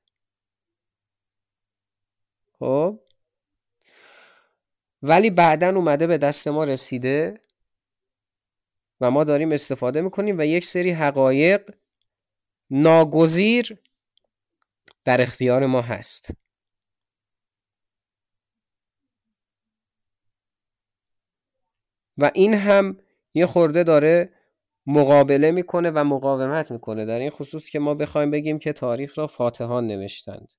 خب ولی بعدن اومده به دست ما رسیده و ما داریم استفاده میکنیم و یک سری حقایق ناگزیر در اختیار ما هست. و این هم یه خورده داره مقابله میکنه و مقاومت میکنه در این خصوص که ما بخوایم بگیم که تاریخ را فاتحان نوشتند.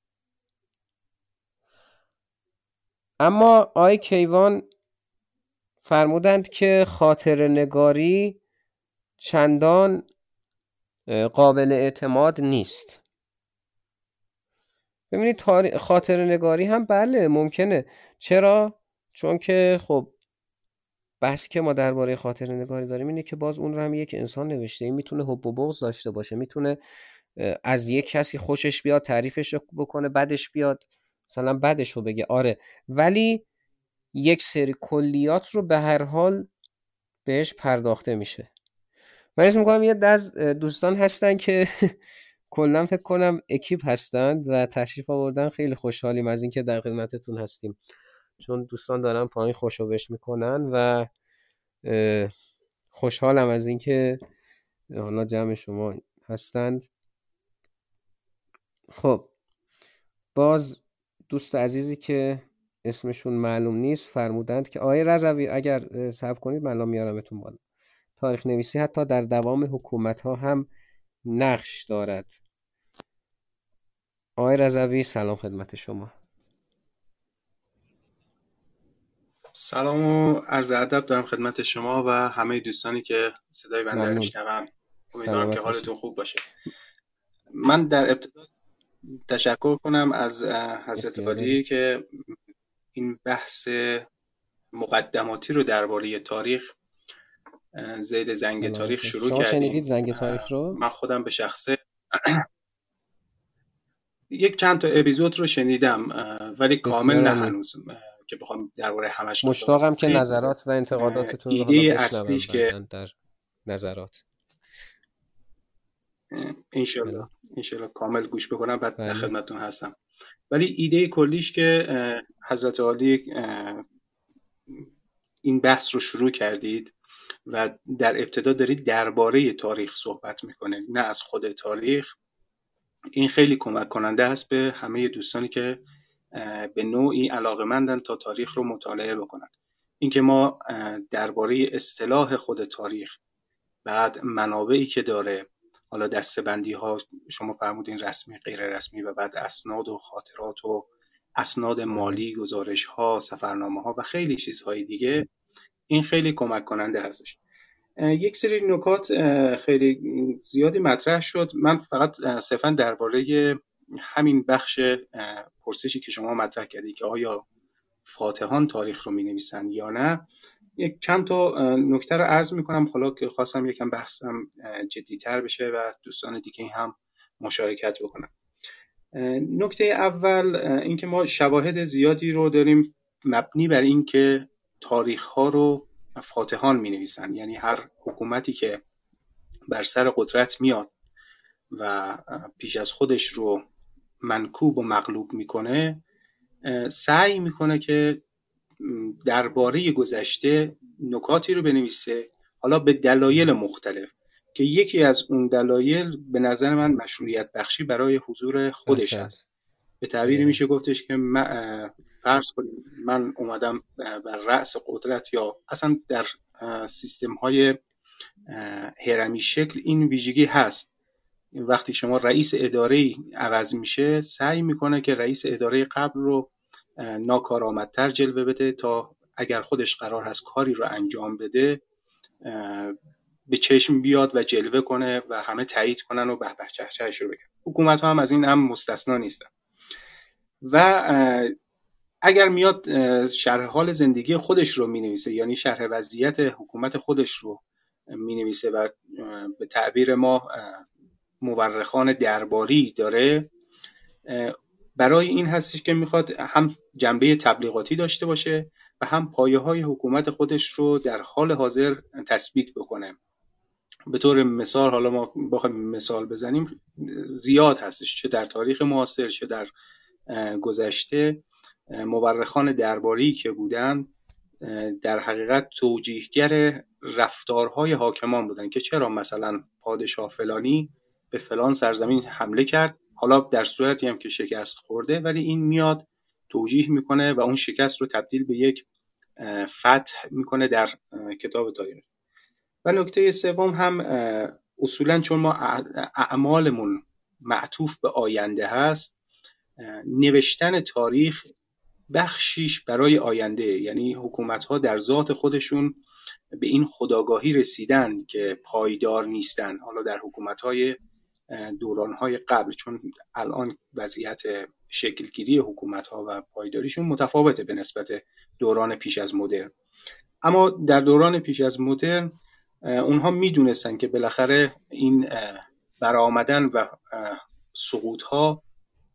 اما آقای کیوان فرمودند که خاطره نگاری چندان قابل اعتماد نیست. ببینید خاطره نگاری هم بله ممکنه. چرا؟ چون که خب بحثی که ما درباره خاطره نگاری داریم اینه که باز اون رو هم یک انسان نوشته. این میتونه حب و بغض داشته باشه، میتونه از یک کسی خوشش بیاد تعریفش بکنه، بدش بیاد مثلا بدش رو بگه، آره، ولی یک سری کلیات رو به هر حال بهش پرداخته میشه. من اسم میکنم یه از دوستان هستن که کلا فکر کنم اکیپ هستند و تشریف آوردن. خیلی خوشحالیم از اینکه در خدمتتون هستیم، چون دوستان دارن پایین خوشو بش میکنن و خوشحالم از اینکه حالا جمع شما هستند. خب باز دوست عزیزی که اسمشون معلوم نیست فرمودند که آقای رضوی اگر صبر کنید من الان میارمتون بالا. تاریخ نویسی حتی در دوام حکومت ها هم نقش دارد. آقای رضوی سلام خدمت شما. سلام و عرض ادب دارم خدمت شما و همه دوستانی که صدای بنده رو میشنون. امیدوارم که حالتون خوب باشه. من در ابتدا تشکر کنم از حضرت عالی که این بحث مقدماتی رو درباره تاریخ زید زنگ تاریخ شروع کردیم. شما شنیدید زنگ تاریخ رو؟ من خودم به شخصه یک چند تا اپیزود رو شنیدم ولی کامل نه هنوز که بخوام درباره همش مشتاقم که نظرات و انتقاداتتون رو ایده اصلیش که در نظرات انشالله کامل گوش بکنم بعد در خدمتتون هستم. ولی ایده کلیش که حضرت عالی این بحث رو شروع کردید و در ابتدا دارید درباره تاریخ صحبت میکنید نه از خود تاریخ، این خیلی کمک کننده است به همه دوستانی که به نوعی علاقه‌مندن تا تاریخ رو مطالعه بکنن. اینکه ما درباره اصطلاح خود تاریخ، بعد منابعی که داره، حالا دسته‌بندی ها شما فرمودین رسمی غیر رسمی و بعد اسناد و خاطرات و اسناد مالی، گزارش ها، سفرنامه ها و خیلی چیزهای دیگه، این خیلی کمک کننده هستش. یک سری نکات خیلی زیادی مطرح شد. من فقط صرفا درباره همین بخش پرسشی که شما مطرح کردید که آیا فاتحان تاریخ رو می‌نویسن یا نه، یک چند تا نکته رو عرض می‌کنم، حالا که خواستم یکم بحثم جدی‌تر بشه و دوستان دیگه هم مشارکت بکنن. نکته اول این که ما شواهد زیادی رو داریم مبنی بر این که تاریخ‌ها رو فاتحان می‌نویسن، یعنی هر حکومتی که بر سر قدرت میاد و پیش از خودش رو منکوب و مغلوب میکنه، سعی میکنه که درباره گذشته نکاتی رو بنویسه، حالا به دلایل مختلف، که یکی از اون دلایل به نظر من مشروعیت بخشی برای حضور خودش هست. به تعبیری میشه گفتش که فرض کنیم من اومدم بر رأس قدرت، یا اصلا در سیستم های هرمی شکل این ویژگی هست. وقتی شما رئیس اداره‌ای عوض میشه، سعی میکنه که رئیس اداره قبل رو ناکارآمدتر جلوه بده تا اگر خودش قرار هست کاری رو انجام بده به چشم بیاد و جلوه کنه و همه تایید کنن و به به چه چهش رو بگن. حکومت ها هم از این هم مستثنا نیستن. و اگر میاد شرح حال زندگی خودش رو مینویسه، یعنی شرح وضعیت حکومت خودش رو مینویسه و به تعبیر ما مورخان درباری داره، برای این هستش که میخواد هم جنبه تبلیغاتی داشته باشه و هم پایه‌های حکومت خودش رو در حال حاضر تثبیت بکنه. به طور مثال، حالا ما بخوایم مثال بزنیم، زیاد هستش، چه در تاریخ معاصر چه در گذشته، مورخان درباری که بودن در حقیقت توجیهگر رفتارهای حاکمان بودن که چرا مثلا پادشاه فلانی به فلان سرزمین حمله کرد، حالا در صورتی هم که شکست خورده، ولی این میاد توجیه میکنه و اون شکست رو تبدیل به یک فتح میکنه در کتاب تاریخ. و نکته سوم هم اصولا چون ما اعمالمون معطوف به آینده هست، نوشتن تاریخ بخشیش برای آینده، یعنی حکومت‌ها در ذات خودشون به این خودآگاهی رسیدن که پایدار نیستن. حالا در حکومت‌های دوران‌های قبل، چون الان وضعیت شکلگیری حکومت‌ها و پایداریشون متفاوته به نسبت دوران پیش از مدرن، اما در دوران پیش از مدرن اونها میدونستن که بالاخره این برآمدن و سقوط‌ها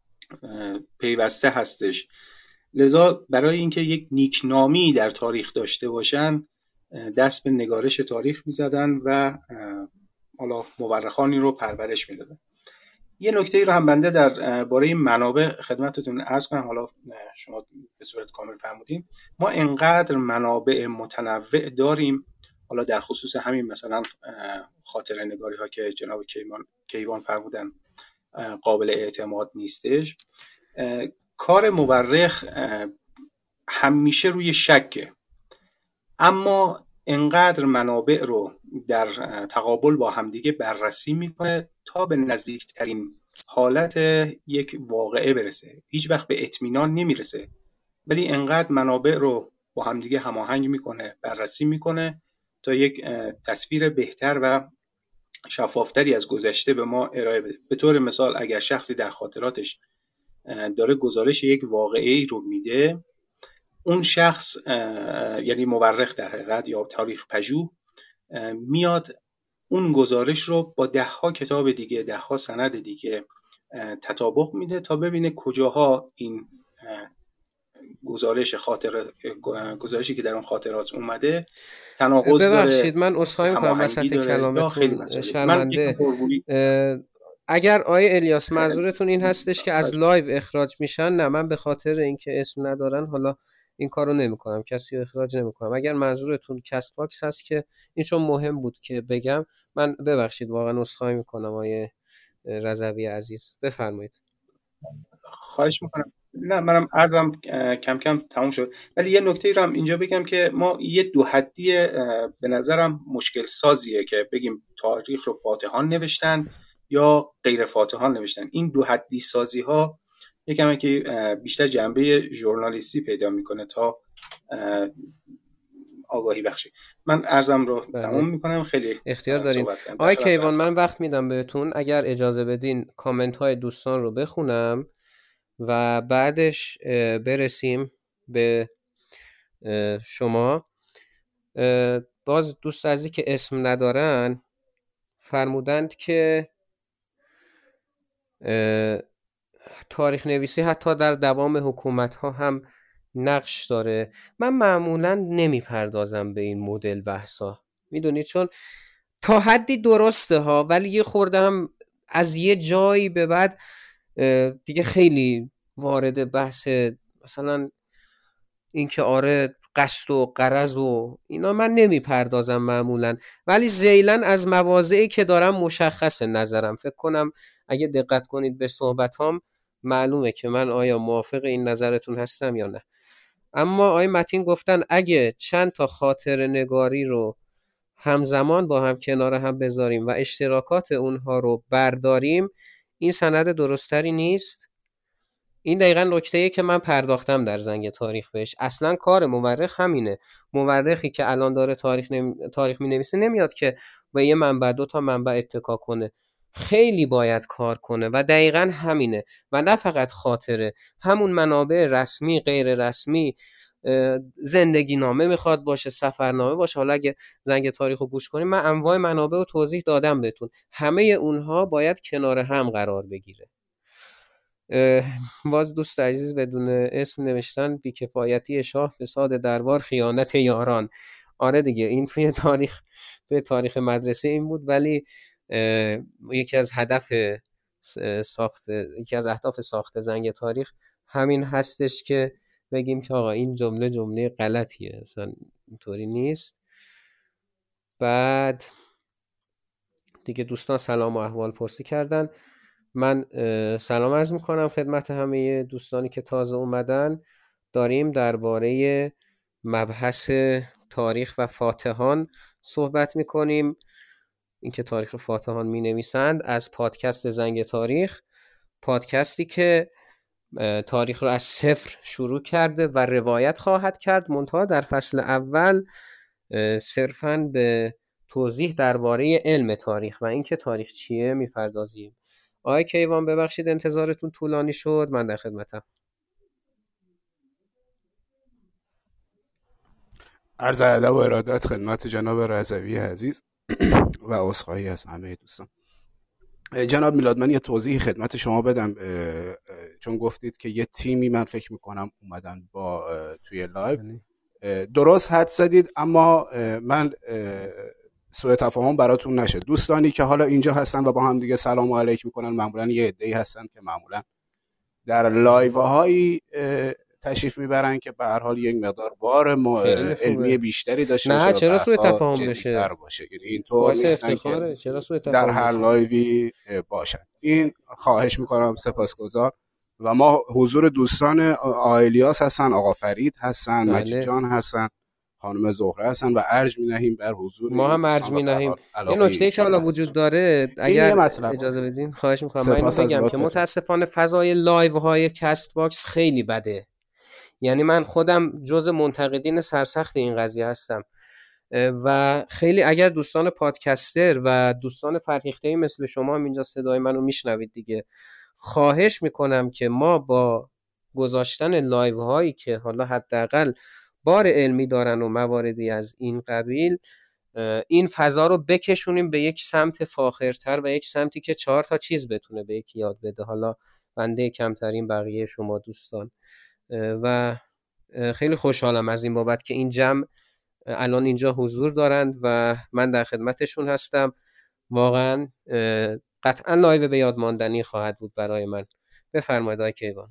پیوسته هستش. لذا برای اینکه یک نیکنامی در تاریخ داشته باشن، دست به نگارش تاریخ می‌زدن و حالا مورخانی رو پرورش میدادن. یه نکته رو هم بنده در باره منابع خدمتتون عرض کنم، حالا شما به صورت کامل فرمودین. ما انقدر منابع متنوع داریم، حالا در خصوص همین مثلا خاطره نگاری ها که جناب کیوان فرمودن قابل اعتماد نیستش. کار مورخ همیشه روی شکه، اما انقدر منابع رو در تقابل با همدیگه بررسی میکنه تا به نزدیکترین حالت یک واقعه برسه. هیچ وقت به اطمینان نمیرسه، ولی انقدر منابع رو با همدیگه هماهنگ میکنه، بررسی میکنه تا یک تصویر بهتر و شفافتری از گذشته به ما ارائه بده. به طور مثال اگر شخصی در خاطراتش داره گزارش یک واقعه‌ای رو میده، اون شخص یعنی مورخ در حقیقت یا تاریخ پژوه میاد اون گزارش رو با 10 کتاب دیگه، 10 سند دیگه تطابق میده تا ببینه کجاها این گزارشی که در اون خاطرات اومده تناقض داره. ببخشید من عذرخواهی می‌کنم وسط کلامتون، شرمنده. اگر آقای الیاس منظورتون این هستش که از لایو اخراج میشن، نه، من به خاطر اینکه اسم ندارن حالا این کارو نمی‌کنم، کسی رو اخراج نمی‌کنم. اگر منظورتون کست باکس هست که این چون مهم بود که بگم، من ببخشید واقعا عذرخواهی می‌کنم آقای رضوی عزیز، بفرمایید. خواهش می‌کنم. نه منم عرضم کم کم تموم شد، ولی یه نکته رو هم اینجا بگم که ما یه دو حدی به نظرم مشکل سازیه که بگیم تاریخ رو فاتحان نوشتن یا غیر فاتحان نوشتن. این دو حدی سازی ها یکم که بیشتر جنبه ژورنالیستی پیدا میکنه تا آگاهی بخشی. من عرضم رو تموم میکنم. خیلی اختیار دارین آقای کیوان. من وقت میدم بهتون، اگر اجازه بدین کامنت های دوستان رو بخونم و بعدش برسیم به شما. باز دوست عزیزی که اسم ندارن فرمودند که تاریخ نویسی حتی در دوام حکومت ها هم نقش داره. من معمولا نمیپردازم به این مدل بحثا، میدونید، چون تا حدی درسته ها، ولی یه خورده هم از یه جایی به بعد دیگه خیلی وارد بحث مثلا این که آره قصد و غرض و اینا من نمیپردازم معمولا، ولی ذیلاً از مواضعی که دارم مشخص نظرم. فکر کنم اگه دقت کنید به صحبتام معلومه که من آیا موافق این نظرتون هستم یا نه. اما آقای متین گفتن اگه چند تا خاطر نگاری رو همزمان با هم کنار هم بذاریم و اشتراکات اونها رو برداریم، این سند درستری نیست. این دقیقاً نکته‌ایه که من پرداختم در زنگ تاریخ بهش. اصلاً کار مورخ همینه. مورخی که الان داره تاریخ می‌نویسه نمیاد که به یه منبع 2 تا منبع اتکا کنه، خیلی باید کار کنه و دقیقاً همینه. و نه فقط خاطره، همون منابع رسمی، غیر رسمی، زندگی نامه میخواد باشه، سفرنامه باشه. حالا اگه زنگ تاریخ رو گوش کنیم من انواع منابع رو توضیح دادم بهتون، همه اونها باید کنار هم قرار بگیره. باز دوست عزیز بدون اسم نوشتن بیکفایتی شاه، فساد دربار، خیانت یاران. آره دیگه این توی تاریخ مدرسه این بود، ولی یکی از اهداف ساخت زنگ تاریخ همین هستش که بگیم که آقا این جمله غلطیه، اصلا اینطوری نیست. بعد دیگه دوستان سلام و احوال پرسی کردن. من سلام عرض میکنم خدمت همه دوستانی که تازه اومدن. داریم درباره مبحث تاریخ و فاتحان صحبت میکنیم. اینکه تاریخ و فاتحان می نویسند از پادکست زنگ تاریخ، پادکستی که تاریخ رو از صفر شروع کرده و روایت خواهد کرد، منتها در فصل اول صرفاً به توضیح درباره علم تاریخ و اینکه تاریخ چیه میپردازیم. آقای کیوان ببخشید انتظارتون طولانی شد، من در خدمتم. عرض ادب و ارادت خدمت جناب رضوی عزیز و عذرخواهی از همه دوستان. جناب میلاد، من یه توضیح خدمت شما بدم، چون گفتید که یه تیمی من فکر میکنم اومدن با توی لایو. درست حد زدید، اما من سوء تفاهم براتون نشه. دوستانی که حالا اینجا هستن و با هم دیگه سلام علیک میکنن معمولا یه عده‌ای هستن که معمولا در لایوهای تشریف میبرن که به هر حال یک مقدار بار علمی بیشتری داشته باشه. نه چرا سوء تفاهم بشه؟ یعنی اینطور نیستن که چرا سوء تفاهم در هر لایوی باشن. این خواهش میکنم، سپاسگزار. و ما حضور دوستان آقای الیاس هستن، آقا فرید هستن، مجید جان هستن، خانم زهره هستن و ارج می‌نهیم بر حضور ما هم ارج می‌نهیم. یه نکته‌ای که حالا وجود داره اگر اجازه بدین خواهش می‌کنم من اینو بگم که متاسفانه فضای لایو های کست باکس خیلی بده. یعنی من خودم جز منتقدین سرسخت این قضیه هستم و خیلی اگر دوستان پادکستر و دوستان فرهیخته‌ای مثل شما هم اینجا صدای منو میشنوید دیگه، خواهش میکنم که ما با گذاشتن لایو هایی که حالا حداقل بار علمی دارن و مواردی از این قبیل، این فضا رو بکشونیم به یک سمت فاخرتر و یک سمتی که 4 تا چیز بتونه به یکی یاد بده. حالا بنده کمترین، بقیه شما دوستان. و خیلی خوشحالم از این بابت که این جمع الان اینجا حضور دارند و من در خدمتشون هستم. واقعا قطعا لایو به یاد ماندنی خواهد بود برای من. بفرمایید آقای کیوان.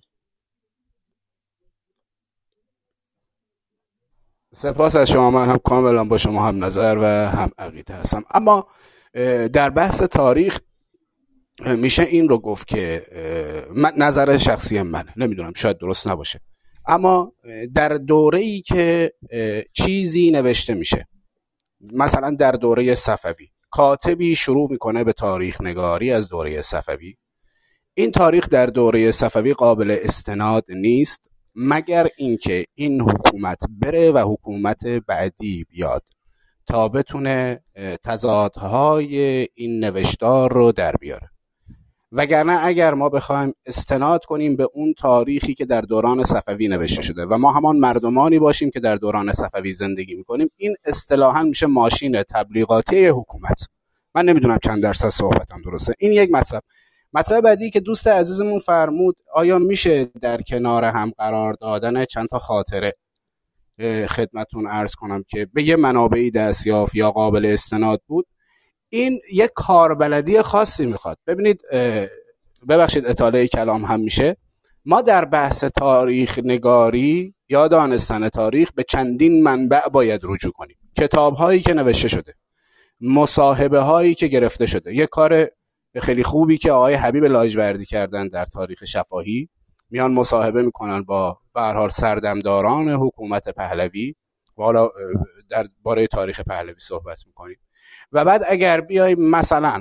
سپاس از شما. من هم کاملا با شما هم نظر و هم عقیده هستم. اما در بحث تاریخ میشه این رو گفت که من نظر شخصی منه، نمیدونم شاید درست نباشه، اما در دوره‌ای که چیزی نوشته میشه، مثلا در دوره صفوی کاتبی شروع میکنه به تاریخ نگاری از دوره صفوی، این تاریخ در دوره صفوی قابل استناد نیست مگر اینکه این حکومت بره و حکومت بعدی بیاد تا بتونه تضادهای این نوشتار رو در بیاره. وگرنه اگر ما بخوایم استناد کنیم به اون تاریخی که در دوران صفوی نوشته شده و ما همان مردمانی باشیم که در دوران صفوی زندگی میکنیم، این اصطلاحاً میشه ماشین تبلیغاتی حکومت. من نمیدونم چند درصد صحبتم درسته. این یک مطلب بعدی که دوست عزیزمون فرمود، آیا میشه در کنار هم قرار دادن چند تا خاطره خدمتون عرض کنم که به یه منابعی دست یافت یا قابل استناد بود؟ این یک کاربلدی خاصی میخواد. ببینید، ببخشید اطاله کلام هم میشه، ما در بحث تاریخ نگاری یا دانستن تاریخ به چندین منبع باید رجوع کنیم. کتاب هایی که نوشته شده، مصاحبه هایی که گرفته شده. یک کار خیلی خوبی که آقای حبیب لاجوردی کردن در تاریخ شفاهی، میان مصاحبه میکنن با به هر حال سردمداران حکومت پهلوی و حالا در باره تاریخ پهلوی صحبت میکنیم. و بعد اگر بیایم مثلا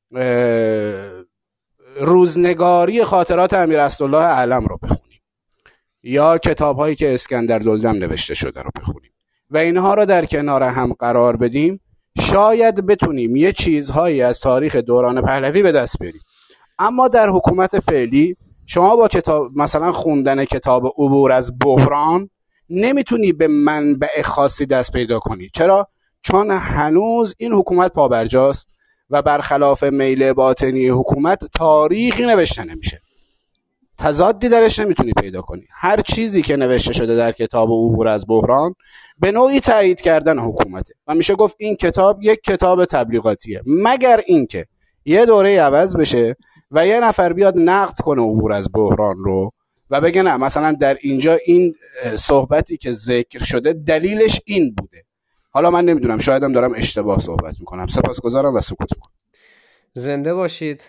روزنگاری خاطرات امیر اسدالله علم رو بخونیم یا کتاب‌هایی که اسکندر دلدم نوشته شده رو بخونیم و اینها رو در کنار هم قرار بدیم، شاید بتونیم یه چیزهایی از تاریخ دوران پهلوی به دست بیاریم. اما در حکومت فعلی شما با کتاب مثلا خوندن کتاب عبور از بحران نمیتونی به منبع خاصی دست پیدا کنی. چرا؟ چون هنوز این حکومت پابرجاست و برخلاف میل باطنی حکومت تاریخی نوشته نمیشه، تضادی درش نمیتونی پیدا کنی. هر چیزی که نوشته شده در کتاب عبور از بحران به نوعی تایید کردن حکومته و میشه گفت این کتاب یک کتاب تبلیغاتیه، مگر اینکه یه دوره عوض بشه و یه نفر بیاد نقد کنه عبور از بحران رو و بگه نه مثلا در اینجا این صحبتی که ذکر شده دلیلش این بوده. حالا من نمیدونم، شایدم دارم اشتباه صحبت میکنم. سپاسگزارم و سکوت میکنم. زنده باشید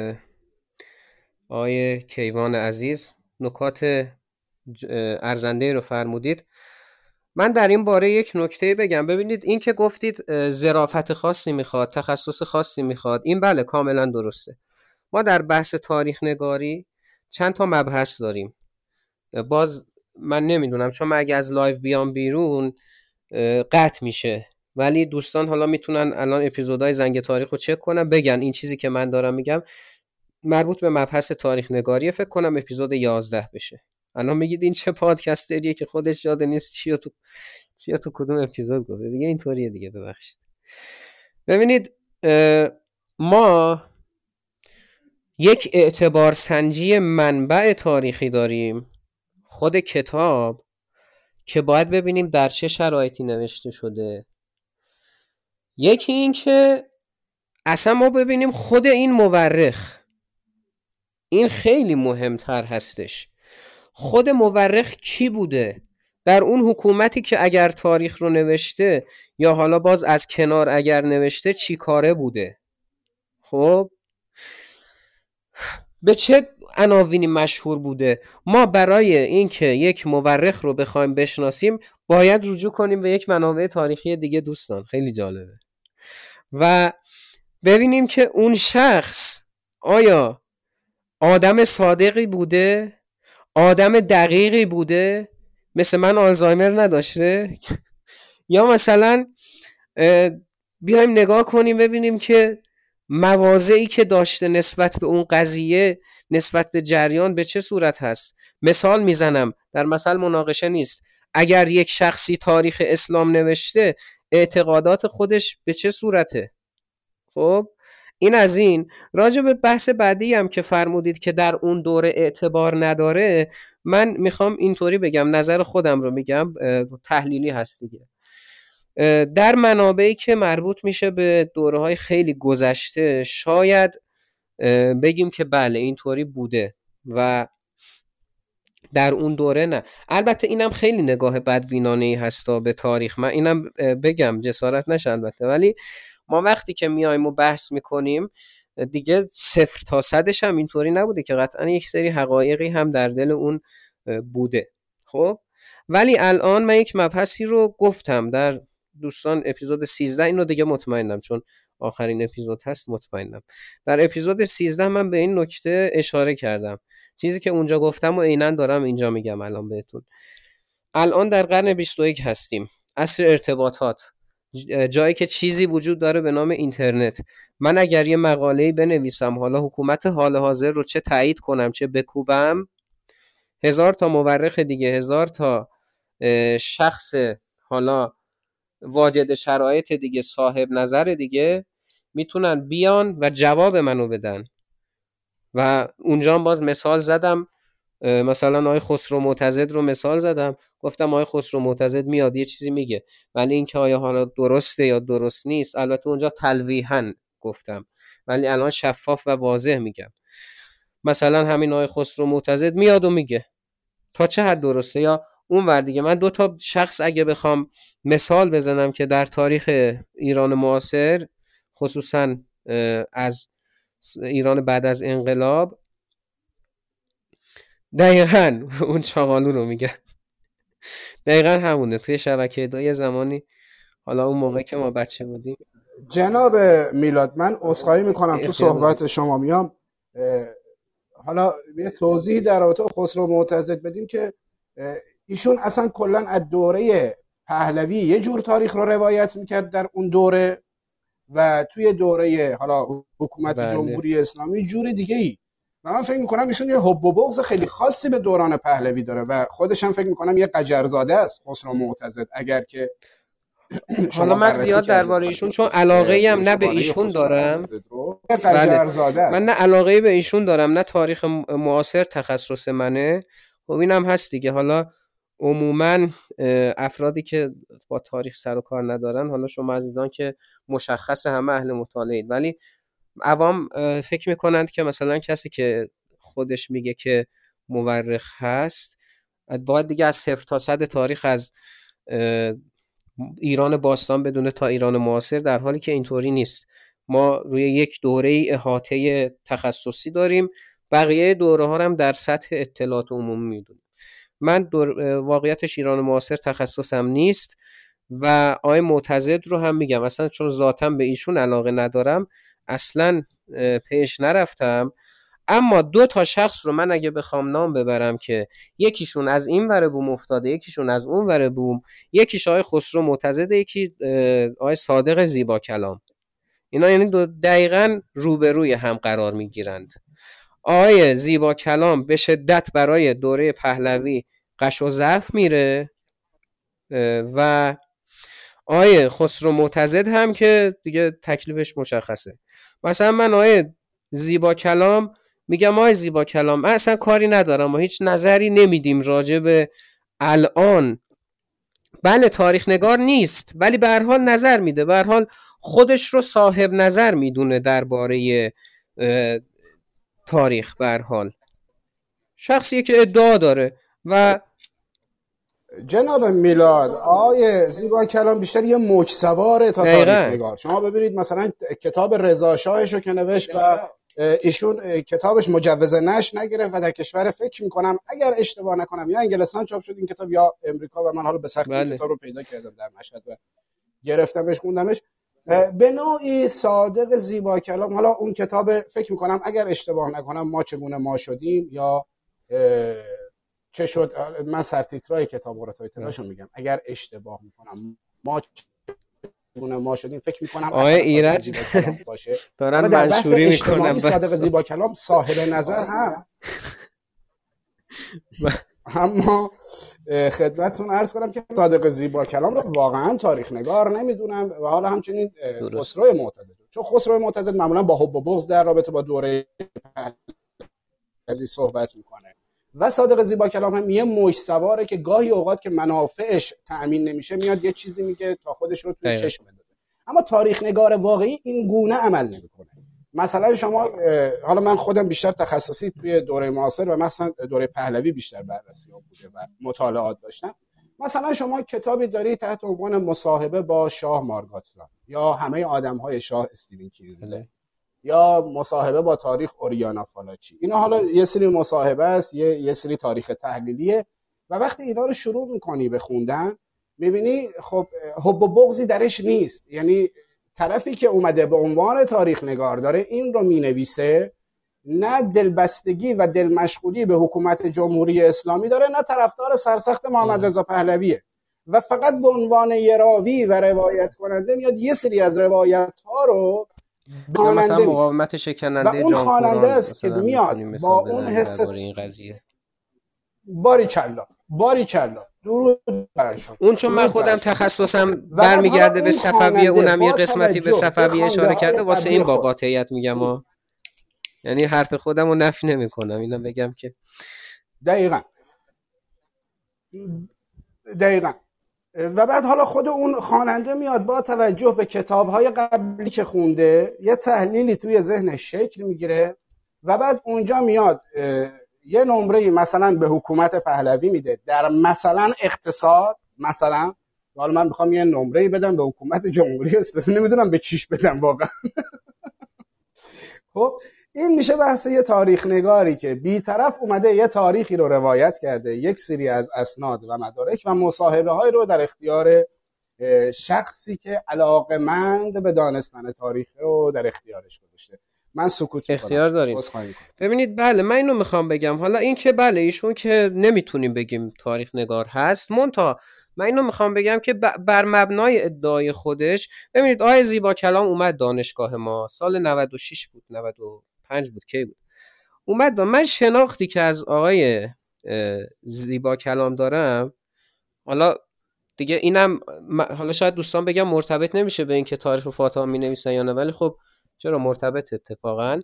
آقای کیوان عزیز، نکات ارزنده رو فرمودید. من در این باره یک نکته بگم. ببینید، این که گفتید ظرافت خاصی میخواد، تخصص خاصی میخواد، این بله کاملا درسته. ما در بحث تاریخ نگاری چند تا مبحث داریم. باز من نمیدونم، چون من اگه از لایو بیام بیرون قطع میشه، ولی دوستان حالا میتونن الان اپیزودهای زنگ تاریخ رو چک کنن، بگن این چیزی که من دارم میگم مربوط به مبحث تاریخ نگاریه. فکر کنم اپیزود 11 بشه. الان میگید این چه پادکستریه که خودش یاد نیست چی تو کدوم اپیزود گفته دیگه. اینطوریه دیگه، ببخشید. ببینید، ما یک اعتبار سنجی منبع تاریخی داریم، خود کتاب، که باید ببینیم در چه شرایطی نوشته شده. یکی این که اصلا ما ببینیم خود این مورخ، این خیلی مهمتر هستش، خود مورخ کی بوده در اون حکومتی که اگر تاریخ رو نوشته یا حالا باز از کنار اگر نوشته چی کاره بوده، خب به چه عناوینی مشهور بوده. ما برای اینکه یک مورخ رو بخوایم بشناسیم باید رجوع کنیم به یک منابع تاریخی دیگه دوستان. خیلی جالبه. و ببینیم که اون شخص آیا آدم صادقی بوده، آدم دقیقی بوده، مثل من آلزایمر نداشته، یا مثلا بیایم نگاه کنیم ببینیم که مواضعی که داشته نسبت به اون قضیه، نسبت به جریان به چه صورت هست. مثال میزنم، در مثل مناقشه نیست. اگر یک شخصی تاریخ اسلام نوشته، اعتقادات خودش به چه صورته؟ خب این از این. راجع به بحث بعدی هم که فرمودید که در اون دوره اعتبار نداره، من میخوام اینطوری بگم، نظر خودم رو میگم، تحلیلی هست دیگه. در منابعی که مربوط میشه به دوره‌های خیلی گذشته شاید بگیم که بله اینطوری بوده و در اون دوره نه. البته اینم خیلی نگاه بدبینانه‌ای هستا به تاریخ، من اینم بگم جسارت نشه البته، ولی ما وقتی که میایم و بحث میکنیم دیگه 0 تا 100ش هم اینطوری نبوده که قطعا یک سری حقایقی هم در دل اون بوده. خب ولی الان من یک مبحثی رو گفتم در دوستان اپیزود 13، اینو دیگه مطمئنم چون آخرین اپیزود هست، مطمئنم در اپیزود 13 من به این نکته اشاره کردم. چیزی که اونجا گفتم و عیناً دارم اینجا میگم الان بهتون. الان در قرن 21 هستیم، عصر ارتباطات، جایی که چیزی وجود داره به نام اینترنت. من اگر یه مقاله‌ای بنویسم، حالا حکومت حال حاضر رو چه تایید کنم چه بکوبم، 1000 تا مورخ دیگه، 1000 تا شخص حالا واجد شرایط دیگه، صاحب نظر دیگه میتونن بیان و جواب منو بدن. و اونجا باز مثال زدم، مثلا آقای خسرو معتضد رو مثال زدم، گفتم آقای خسرو معتضد میاد یه چیزی میگه، ولی اینکه آیا حالا درسته یا درست نیست، البته اونجا تلویحاً گفتم، ولی الان شفاف و واضح میگم. مثلا همین آقای خسرو معتضد میاد و میگه تا چه حد درسته، یا اون ور دیگه. من 2 تا شخص اگه بخوام مثال بزنم که در تاریخ ایران معاصر، خصوصا از ایران بعد از انقلاب، دقیقاً اون چاقالو رو میگن، دقیقاً همونه. توی شبکه 2 یه زمانی، حالا اون موقع که ما بچه بودیم. جناب میلاد، من عذرخواهی میکنم تو صحبت شما میام، حالا یه توضیحی در رابطه با خسرو معتضد بدیم که ایشون اصلا کلا از دوره پهلوی یه جور تاریخ رو روایت میکرد در اون دوره، و توی دوره حالا حکومت جمهوری اسلامی جور دیگه ای. و من فکر میکنم ایشون یه حب و بغض خیلی خاصی به دوران پهلوی داره و خودش هم فکر میکنم یه قجرزاده است خسرو معتضد. اگر که حالا من زیاد درباره ایشون چون علاقه‌ای هم نه به ایشون دارم، من نه علاقه‌ای به ایشون دارم نه تاریخ معاصر تخصص منه، خب اینم هست دیگه. حالا عموما افرادی که با تاریخ سر و کار ندارن، حالا شما عزیزان که مشخص همه اهل مطالعه اید، ولی عوام فکر میکنند که مثلا کسی که خودش میگه که مورخ هست باید دیگه از 0 تا 100 تاریخ از ایران باستان بدونه تا ایران معاصر، در حالی که اینطوری نیست. ما روی یک دوره احاطه تخصصی داریم، بقیه دوره ها هم در سطح اطلاعات عمومی میدونیم. من واقعیتش ایران معاصر تخصصم نیست و آقای معتضد رو هم میگم اصلا چون ذاتاً به ایشون علاقه ندارم اصلا پیش نرفتم. اما 2 تا شخص رو من اگه بخوام نام ببرم که یکیشون از این ور بوم افتاده، یکیشون از اون ور بوم، یکیش آقای خسرو معتضد، یکی آقای صادق زیبا کلام، اینا یعنی دقیقاً روبروی هم قرار میگیرند. آقای زیبا کلام به شدت برای دوره پهلوی قش و ضعف میره و آقای خسرو معتضد هم که دیگه تکلیفش مشخصه. مثلا من آقای زیبا کلام میگم آقای زیبا کلام من اصلا کاری ندارم و هیچ نظری نمیدیم راجع به الان، بله تاریخ نگار نیست ولی به هر حال نظر میده، به هر حال خودش رو صاحب نظر میدونه درباره تاریخ، به هر حال شخصیه که ادعا داره. و جناب میلاد، آقای زیبا کلام بیشتر یه موج سواره تا تاریخ نگار. شما ببینید مثلا کتاب رضا شاهش رو که نوشت و ایشون کتابش مجوز نشر نگرفت و در کشور فکر میکنم اگر اشتباه نکنم یا انگلستان چاپ شد این کتاب یا امریکا، و من حالا به سختی کتاب رو پیدا کردم در مشهد و گرفتمش خوندمش. به نوعی صادق زیبا کلام، حالا اون کتاب فکر میکنم اگر اشتباه نکنم ما چگونه ما شدیم یا چه شد، من سرتیترای کتاب رو تا اطلاعشو میگم اگر اشتباه میکنم، ما شدیم فکر میکنم آقای ایرج باشه دارن منشوری میکنن. صادق زیبا کلام صاحب نظر هم اما خدمتتون عرض کنم که صادق زیبا کلام رو واقعا تاریخ نگار نمیدونم و حالا همچنین خسرو معتضد، چون خسرو معتضد معمولا با حب و بغض در رابطه با دوره پهلوی صحبت میکنه و صادق زیبا کلام هم یه موج سواره که گاهی اوقات که منافعش تأمین نمیشه میاد یه چیزی میگه تا خودش رو توی چشم بندازه. اما تاریخ نگار واقعی این گونه عمل نمیکنه. مثلا شما، حالا من خودم بیشتر تخصصی توی دوره معاصر و مثلا دوره پهلوی بیشتر بررسی ها بوده و مطالعات داشتم. مثلا شما کتابی داری تحت عنوان مصاحبه با شاه مارگات لان یا همه آدم‌های شاه استیون کینگزلی یا مصاحبه با تاریخ اوریانا فالاچی. اینا حالا یه سری مصاحبه است، یه سری تاریخ تحلیلیه و وقتی اینا رو شروع میکنی به خوندن میبینی خب حب و بغضی درش نیست. یعنی طرفی که اومده به عنوان تاریخ نگار داره این رو مینویسه، نه دلبستگی و دلمشغولی به حکومت جمهوری اسلامی داره، نه طرفدار سرسخت محمد رضا پهلویه. و فقط به عنوان یه راوی و روایت کننده میاد یه سری از روایت ها رو یا مثلا مقاومت شکننده جان خواننده است که میاد با اون حس این قضیه. باریکلا درود بر شما. اون چون من خودم تخصصم برمیگرده به صفویه، اونم یه قسمتی به صفویه اشاره کرده، واسه این با قاطعیت میگم یعنی حرف خودم رو نفی نمی کنم، اینم بگم که دقیقاً. و بعد حالا خود اون خواننده میاد با توجه به کتاب‌های قبلی که خونده یه تحلیلی توی ذهنش شکل میگیره و بعد اونجا میاد یه نمره مثلا به حکومت پهلوی میده در مثلا اقتصاد، مثلا حالا من میخوام یه نمره بدم به حکومت جمهوری اسلامی، نمیدونم به چیش بدم واقعا. خب این میشه بحث یه تاریخ نگاری که بی‌طرف اومده یه تاریخی رو روایت کرده، یک سری از اسناد و مدارک و مصاحبه های رو در اختیار شخصی که علاقه‌مند به دانستن تاریخ رو در اختیارش گذاشته. من سکوت می‌کنم. اختیار داریم. ببینید بله من اینو میخوام بگم، حالا این که بله ایشون که نمیتونیم بگیم تاریخ نگار هست، منتها من اینو میخوام بگم که بر مبنای ادعای خودش، ببینید آقای زیبا کلام اومد دانشگاه ما سال 96 بود 95 بود کی بود اومد من شناختی که از آقای زیبا کلام دارم، حالا دیگه اینم حالا شاید دوستان بگم مرتبط نمیشه به این که تاریخ فاطمی مینویسن یا نه، ولی خب چرا مرتبط اتفاقا.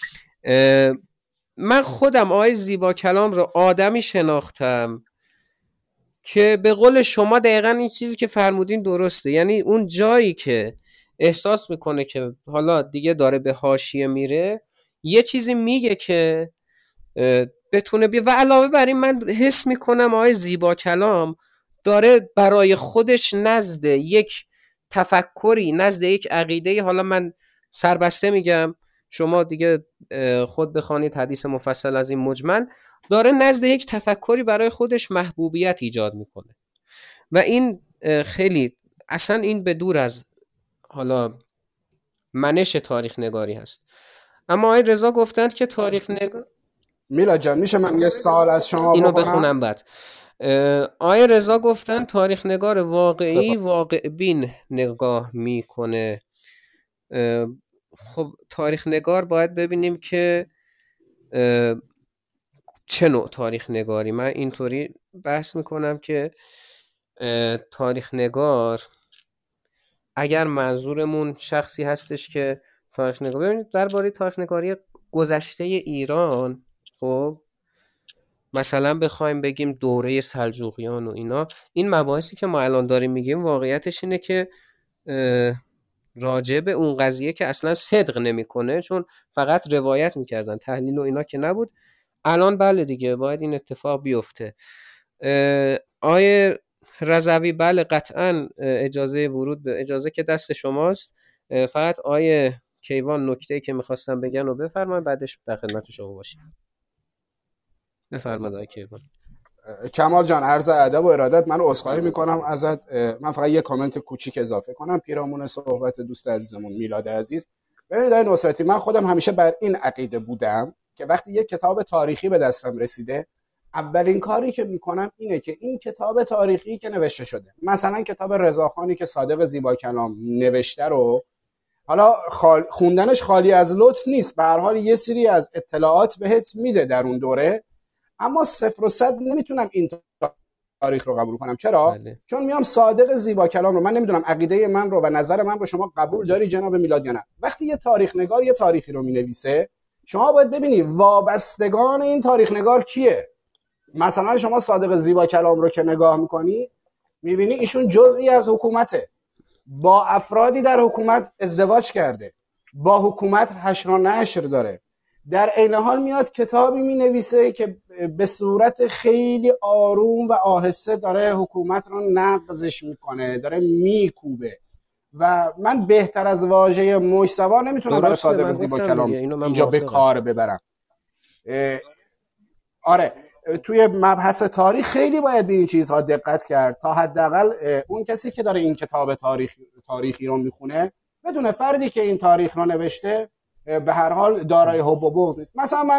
من خودم آقای زیبا کلام رو آدمی شناختم که به قول شما دقیقا این چیزی که فرمودین درسته، یعنی اون جایی که احساس میکنه که حالا دیگه داره به حاشیه میره یه چیزی میگه که بتونه و علاوه بر این من حس میکنم آقای زیبا کلام داره برای خودش نزد یک تفکری، نزد یک عقیده، حالا من سربسته میگم شما دیگه خود بخوانید حدیث مفصل از این مجمل، داره نزد یک تفکری برای خودش محبوبیت ایجاد میکنه و این خیلی اصلا این به دور از حالا منش تاریخ نگاری هست. اما آقای رضا گفتند که تاریخ نگار میلا جان میشه من یه سوال از شما اینو بخونم بعد. آقای رضا گفتن تاریخ نگار واقعی واقع بین نگاه میکنه. خب تاریخ نگار باید ببینیم که چه نوع تاریخ نگاری. من اینطوری بحث میکنم که تاریخ نگار اگر منظورمون شخصی هستش که تاریخ نگار، ببینید درباره تاریخ نگاری گذشته ایران، خب مثلا بخوایم بگیم دوره سلجوقیان و اینا، این مباحثی که ما الان داریم میگیم واقعیتش اینه که راجع به اون قضیه که اصلا صدق نمیکنه، چون فقط روایت میکردن، تحلیل و اینا که نبود. الان بله دیگه باید این اتفاق بیفته. آیه رضوی بله قطعا اجازه ورود به اجازه که دست شماست. فقط آیه کیوان نکته‌ای که میخواستم بگن و بفرمایید بعدش در خدمت شما باشیم. بفرمایید آیه کیوان. کمال جان عرض ادب و ارادت، من عذرخواهی میکنم ازت. من فقط یه کامنت کوچیک اضافه کنم پیرامون صحبت دوست عزیزمون میلاد عزیز. ببینید آقای نصرتی، من خودم همیشه بر این عقیده بودم که وقتی یک کتاب تاریخی به دستم رسیده اولین کاری که میکنم اینه که این کتاب تاریخی که نوشته شده، مثلا کتاب رضاخانی که صادق زیبا کلام نوشته رو، حالا خوندنش خالی از لطف نیست، به هر حال یه سری از اطلاعات بهت میده در اون دوره، اما 0 و 100 نمیتونم این تاریخ رو قبول کنم. چرا؟ بله. چون میام صادق زیبا کلام رو، من نمیدونم عقیده من رو و نظر من رو شما قبول داری جناب میلاد یا نه. وقتی یه تاریخ نگار یه تاریخی رو مینویسه، شما باید ببینی وابستگان این تاریخ نگار کیه. مثلا شما صادق زیبا کلام رو که نگاه میکنی میبینی ایشون جزئی از حکومته، با افرادی در حکومت ازدواج کرده، با حکومت حشر و نشر داره، در عین حال میاد کتابی مینویسه که به صورت خیلی آروم و آهسته داره حکومت رو نقضش میکنه، داره میکوبه و من بهتر از واژه موج سوار نمیتونم برای صادق زیبا کلام اینجا به کار ببرم. آره توی مبحث تاریخ خیلی باید به این چیزها دقت کرد تا حداقل اون کسی که داره این کتاب تاریخی رو میخونه بدونه فردی که این تاریخ رو نوشته به هر حال دارای حب و بغض نیست. مثلا من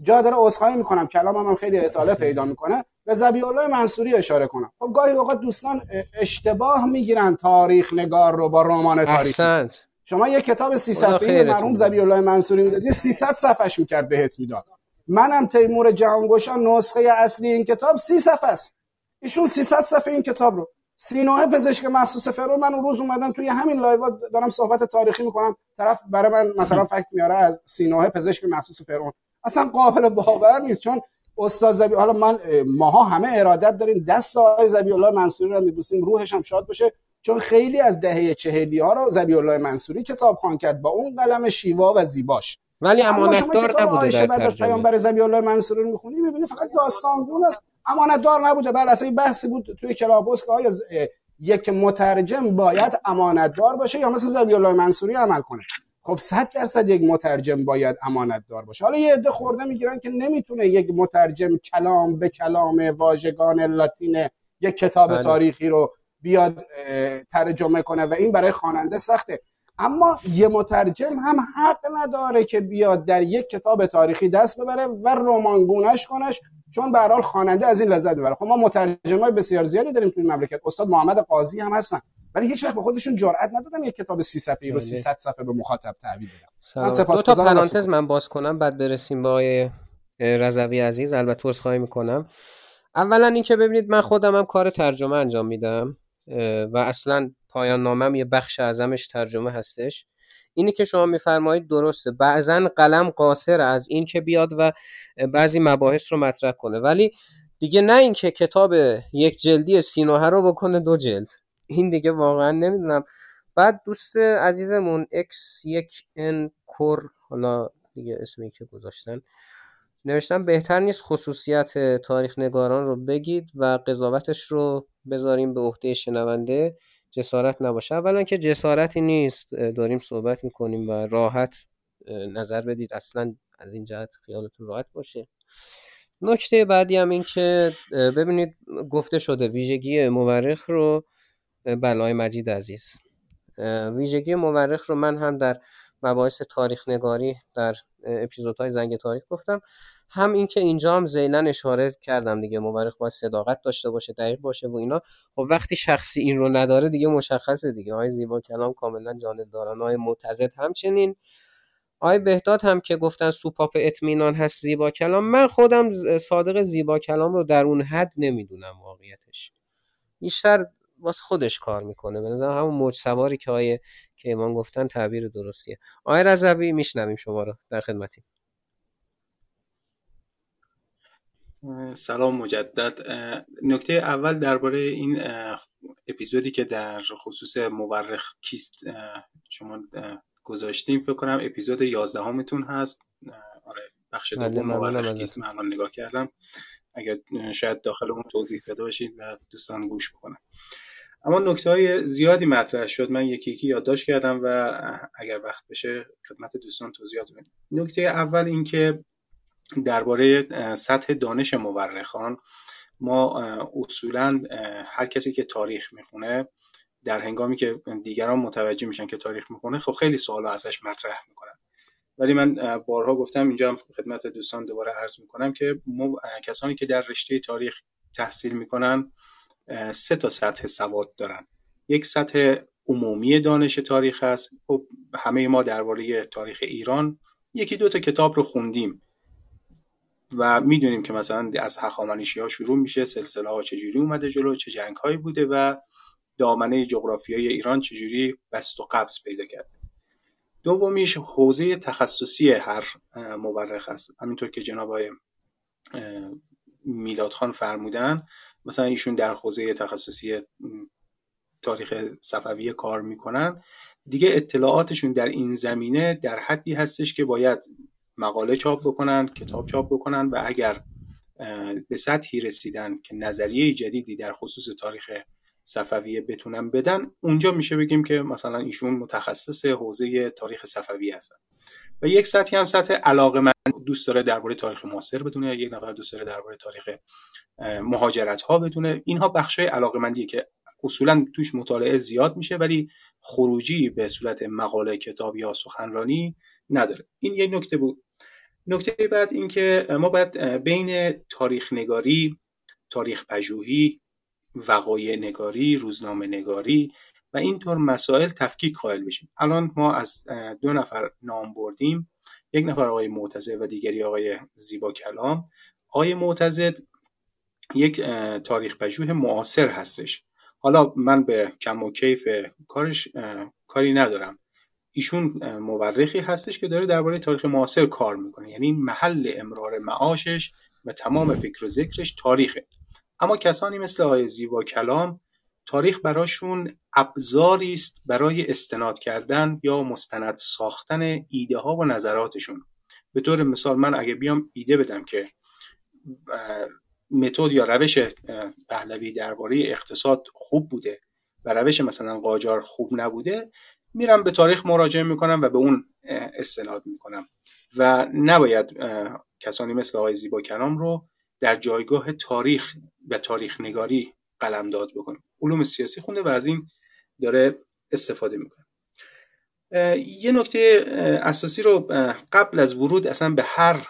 جا داره عذرخواهی میکنم کلامم هم خیلی اطاله پیدا میکنه، به ذبیح الله منصوری اشاره کنم. خب گاهی اوقات دوستان اشتباه میگیرن تاریخ نگار رو با رمان تاریخی. احسنت. شما یک کتاب 30 صفحه‌ای مرحوم ذبیح الله منصوری میدادی 300 صفحه‌اش میکرد بهت میداد. منم تیمور جهانگشا نسخه اصلی این کتاب 30 صفحه است، ایشون 300 صفحه این کتاب رو. سینوه پزشک مخصوص فرعون، من اون روز اومدم توی همین لایو دارم صحبت تاریخی میکنم، طرف برای من مثلا فکت میاره از سینوه پزشک مخصوص فرعون، اصلا قابل باور نیست. چون استاد ذبیح، حالا ماها همه ارادت داریم، دست آقای ذبیح الله منصوری رو میبوسیم، روحش هم شاد باشه، چون خیلی از دهه 40 ها رو ذبیح الله منصوری کتابخوان کرد با اون قلم شیوا و زیباش. ولی امانتدار نبوده در بعد از پیامبر ذبیح الله منصوری رو میخونی میبینی فقط داستانگون است، امانتدار نبوده. بله اصلا بحثی بود توی کلابوس که آیا یک مترجم باید امانتدار باشه یا مثل ذبیح الله منصوری عمل کنه؟ خب 100% یک مترجم باید امانتدار باشه. حالا یه عده خورده میگیرن که نمیتونه یک مترجم کلام به کلام واژگان لاتین یک کتاب تاریخی رو بیاد ترجمه کنه و این برای خواننده سخته. اما یه مترجم هم حق نداره که بیاد در یک کتاب تاریخی دست ببره و رمانگونش کنش، چون به هر حال خواننده از این لذت میبره. خب ما مترجمای بسیار زیادی داریم توی مملکت، استاد محمد قاضی هم هستن، ولی هیچ وقت به خودشون جرئت ندادن یک کتاب 30 صفحه‌ای رو 300 صفحه به مخاطب تحویل بدن. دو تا پرانتز من باز کنم بعد برسیم به آقای رضوی عزیز. البته عذرخواهی میکنم. اولا این که ببینید من خودم هم کار ترجمه انجام میدم و اصلا پایان نامم یه بخش اعظمش ترجمه هستش. اینی که شما میفرمایید درسته، بعضن قلم قاصر از این که بیاد و بعضی مباحث رو مطرح کنه، ولی دیگه نه این که کتاب یک جلدی سینوحه رو بکنه 2 جلد، این دیگه واقعا نمیدونم. بعد دوست عزیزمون X1N کور، حالا دیگه اسمی که گذاشتن، نوشتم بهتر نیست خصوصیت تاریخ نگاران رو بگید و قضاوتش رو بذاریم به عهده شنونده، جسارت نباشه. اولا که جسارتی نیست، داریم صحبت میکنیم و راحت نظر بدید، اصلا از این جهت خیالتون راحت باشه. نکته بعدی هم این که ببینید گفته شده ویژگی مورخ رو، بلای مجید عزیز، ویژگی مورخ رو من هم در مباحث تاریخ نگاری در اپیزودهای زنگ تاریخ گفتم، هم این که اینجا هم ذیلاً اشاره کردم دیگه، مورخ باید صداقت داشته باشه، دقیق باشه و اینا. خب وقتی شخصی این رو نداره دیگه مشخصه دیگه. آقای زیبا کلام کاملا جانبدارانه، آقای معتضد همچنین، آقای بهداد هم که گفتن سوپاپ اطمینان هست زیبا کلام. من خودم صادق زیبا کلام رو در اون حد نمیدونم، واقعیتش بیشتر واسه خودش کار میکنه. به نظر همون موج سواری که آقای کیوان گفتن تعبیر درستیه. آقای رضوی میشنویم شما رو، در خدمتیم. سلام مجدد. نکته اول درباره این اپیزودی که در خصوص مورخ کیست شما گذاشتیم، فکر کنم اپیزود 11 میتون هست. آره، بخش دوم مورخ کیست من الان نگاه کردم، اگر شاید داخل اون توضیح بده باشید و دوستان گوش بکنن. اما نکته‌های زیادی مطرح شد، من یکی یکی یادداشت کردم و اگر وقت بشه خدمت دوستان توضیحات بدم. نکته اول این که درباره سطح دانش مورخان، ما اصولاً هر کسی که تاریخ میخونه در هنگامی که دیگران متوجه میشن که تاریخ میخونه، خب خیلی سوالا ازش مطرح میکنن. ولی من بارها گفتم، اینجا هم خدمت دوستان دوباره عرض میکنم که کسانی که در رشته تاریخ تحصیل میکنن 3 تا سطح سواد دارن. یک سطح عمومی دانش تاریخ هست. خب همه ما درباره تاریخ ایران 1-2 تا کتاب رو خوندیم و میدونیم که مثلا از هخامنشی‌ها شروع میشه، سلسله ها چجوری اومده جلو، چه جنگ هایی بوده و دامنه جغرافیایی ایران چجوری بست و قبض پیدا کرده. دومیش حوزه تخصصی هر مورخ است. همینطور که جناب آقای میلاد خان فرمودن، مثلا ایشون در حوزه تخصصی تاریخ صفوی کار میکنن، دیگه اطلاعاتشون در این زمینه در حدی هستش که باید مقاله چاپ بکنن، کتاب چاپ بکنن و اگر به سطحی رسیدن که نظریه جدیدی در خصوص تاریخ صفویه بتونن بدن، اونجا میشه بگیم که مثلا ایشون متخصص حوزه تاریخ صفوی هستن. و یک سطحی هم سطح علاقه‌مند، دوست داره درباره تاریخ معاصر بدونه، یک نفر دوست داره درباره تاریخ مهاجرت ها بدونه. اینها بخشای علاقه‌مندیه که اصولا توش مطالعه زیاد میشه ولی خروجی به صورت مقاله، کتاب یا سخنرانی نداره. این یک نکته بود. نکته بعد این که ما باید بین تاریخ نگاری، تاریخ پژوهی، وقایع نگاری، روزنامه نگاری و اینطور مسائل تفکیک قائل بشیم. الان ما از 2 نفر نام بردیم، یک نفر آقای معتضد و دیگری آقای زیبا کلام. آقای معتضد یک تاریخ پژوه معاصر هستش. حالا من به کم و کیف کارش کاری ندارم. ایشون مورخی هستش که داره درباره تاریخ معاصر کار میکنه، یعنی محل امرار معاشش و تمام فکر و ذکرش تاریخه. اما کسانی مثل آقای زیبا کلام تاریخ براشون ابزاری است برای استناد کردن یا مستند ساختن ایده ها و نظراتشون. به طور مثال من اگه بیام ایده بدم که متد یا روش پهلوی درباره اقتصاد خوب بوده و روش مثلا قاجار خوب نبوده، میرم به تاریخ مراجعه میکنم و به اون استناد میکنم و نباید کسانی مثل آقای زیبا کلام رو در جایگاه تاریخ و تاریخ نگاری قلمداد بکنیم. علوم سیاسی خونده و از این داره استفاده میکنه. یه نکته اساسی رو قبل از ورود اصلا به هر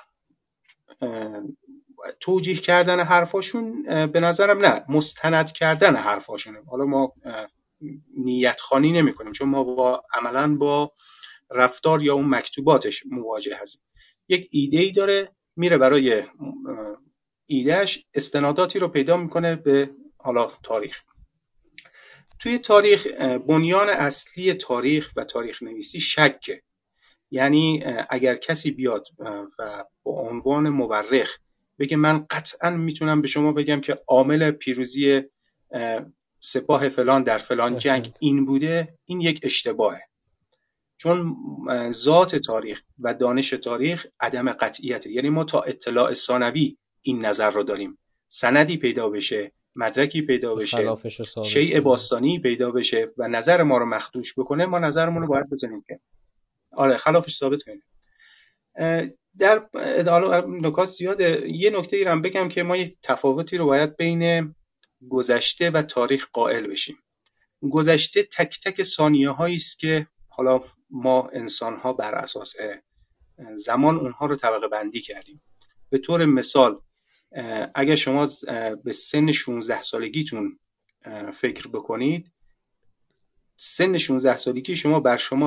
توجیه کردن حرفاشون، به نظرم نه، مستند کردن حرفاشونه. حالا ما نیت خوانی نمی کنیم چون ما عملاً با رفتار یا اون مکتوباتش مواجه هستیم. یک ایده‌ای داره، میره برای ایدهش استناداتی رو پیدا میکنه به حالا تاریخ. توی تاریخ بنیان اصلی تاریخ و تاریخ نویسی شکه. یعنی اگر کسی بیاد و با عنوان مورخ بگه من قطعاً میتونم به شما بگم که عامل پیروزی سپاه فلان در فلان جنگ این بوده، این یک اشتباهه. چون ذات تاریخ و دانش تاریخ عدم قطعیته. یعنی ما تا اطلاع ثانوی این نظر رو داریم، سندی پیدا بشه، مدرکی پیدا بشه، شیء باستانی پیدا بشه و نظر ما رو مخدوش بکنه، ما نظرمون رو باید بزنیم که آره خلافش ثابت کنیم. در نکات زیاده. یه نکته ای رو بگم که ما یه تفاوتی رو باید بین گذشته و تاریخ قائل بشیم. گذشته تک تک ثانیه هایی است که حالا ما انسان ها بر اساس زمان اونها رو طبقه بندی کردیم. به طور مثال اگر شما به سن 16 سالگیتون فکر بکنید، سن 16 سالگی شما بر شما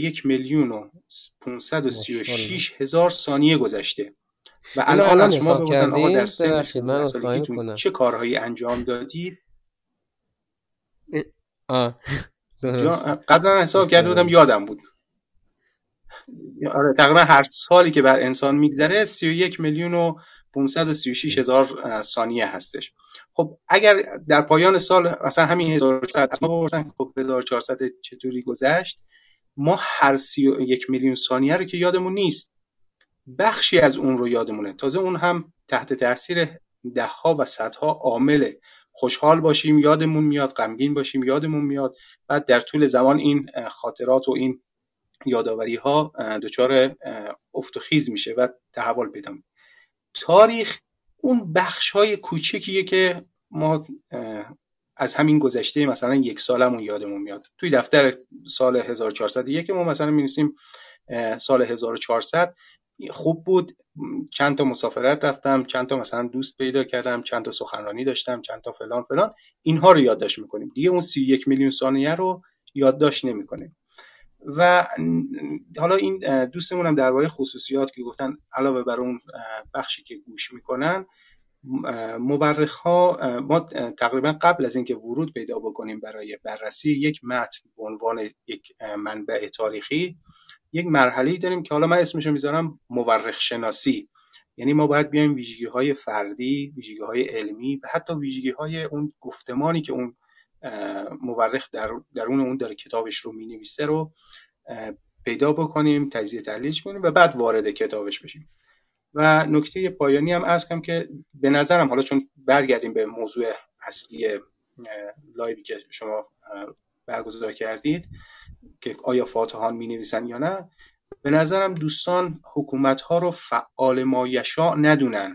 31,536,000 ثانیه گذشته و الان از شما بپرسن آقا در سن 16 سالگیتون چه کارهایی انجام دادید؟ قبلا حساب کرده بودم یادم بود. آره تقریبا هر سالی که بر انسان میگذره 31,536,000 ثانیه هستش. خب اگر در پایان سال مثلا همین 1400 از ما بپرسن خب 1400 چطوری گذشت، ما هر 31 میلیون ثانیه رو که یادمون نیست، بخشی از اون رو یادمونه. تازه اون هم تحت تاثیر ده‌ها و صدها عامل. خوشحال باشیم یادمون میاد، غمگین باشیم یادمون میاد، بعد در طول زمان این خاطرات و این یاداوری ها دچار افت و خیز میشه و تحول پیدا میکنه. تاریخ اون بخش های کوچیکیه که ما از همین گذشته مثلا یک سالمون یادمون میاد. توی دفتر سال 1401 ما مثلا می‌نویسیم سال 1400 خوب بود، چند تا مسافرت رفتم، چند تا مثلا دوست پیدا کردم، چند تا سخنرانی داشتم، چند تا فلان فلان، اینها رو یادداشت میکنیم. دیگه اون 31 میلیون ثانیه رو یادداشت نمیکنیم. و حالا این دوستمون هم درباره خصوصیات که گفتن علاوه بر اون بخشی که گوش میکنن، مورخ‌ها ما تقریبا قبل از اینکه ورود پیدا بکنیم برای بررسی یک متن به عنوان یک منبع تاریخی، یک مرحله‌ای داریم که حالا من اسمشو میذارم مورخ شناسی. یعنی ما باید بیایم ویژگی‌های فردی، ویژگی‌های علمی و حتی ویژگی‌های اون گفتمانی که اون مورخ درون اون داره کتابش رو مینویسه رو پیدا بکنیم، تجزیه تحلیل کنیم و بعد وارد کتابش بشیم. و نکته پایانی هم عرض کنم که به نظرم، حالا چون برگردیم به موضوع اصلی لایوی که شما برگزار کردید که آیا فاتحان می نویسن یا نه، به نظرم دوستان حکومت‌ها رو فعال ما یشاء ندونن.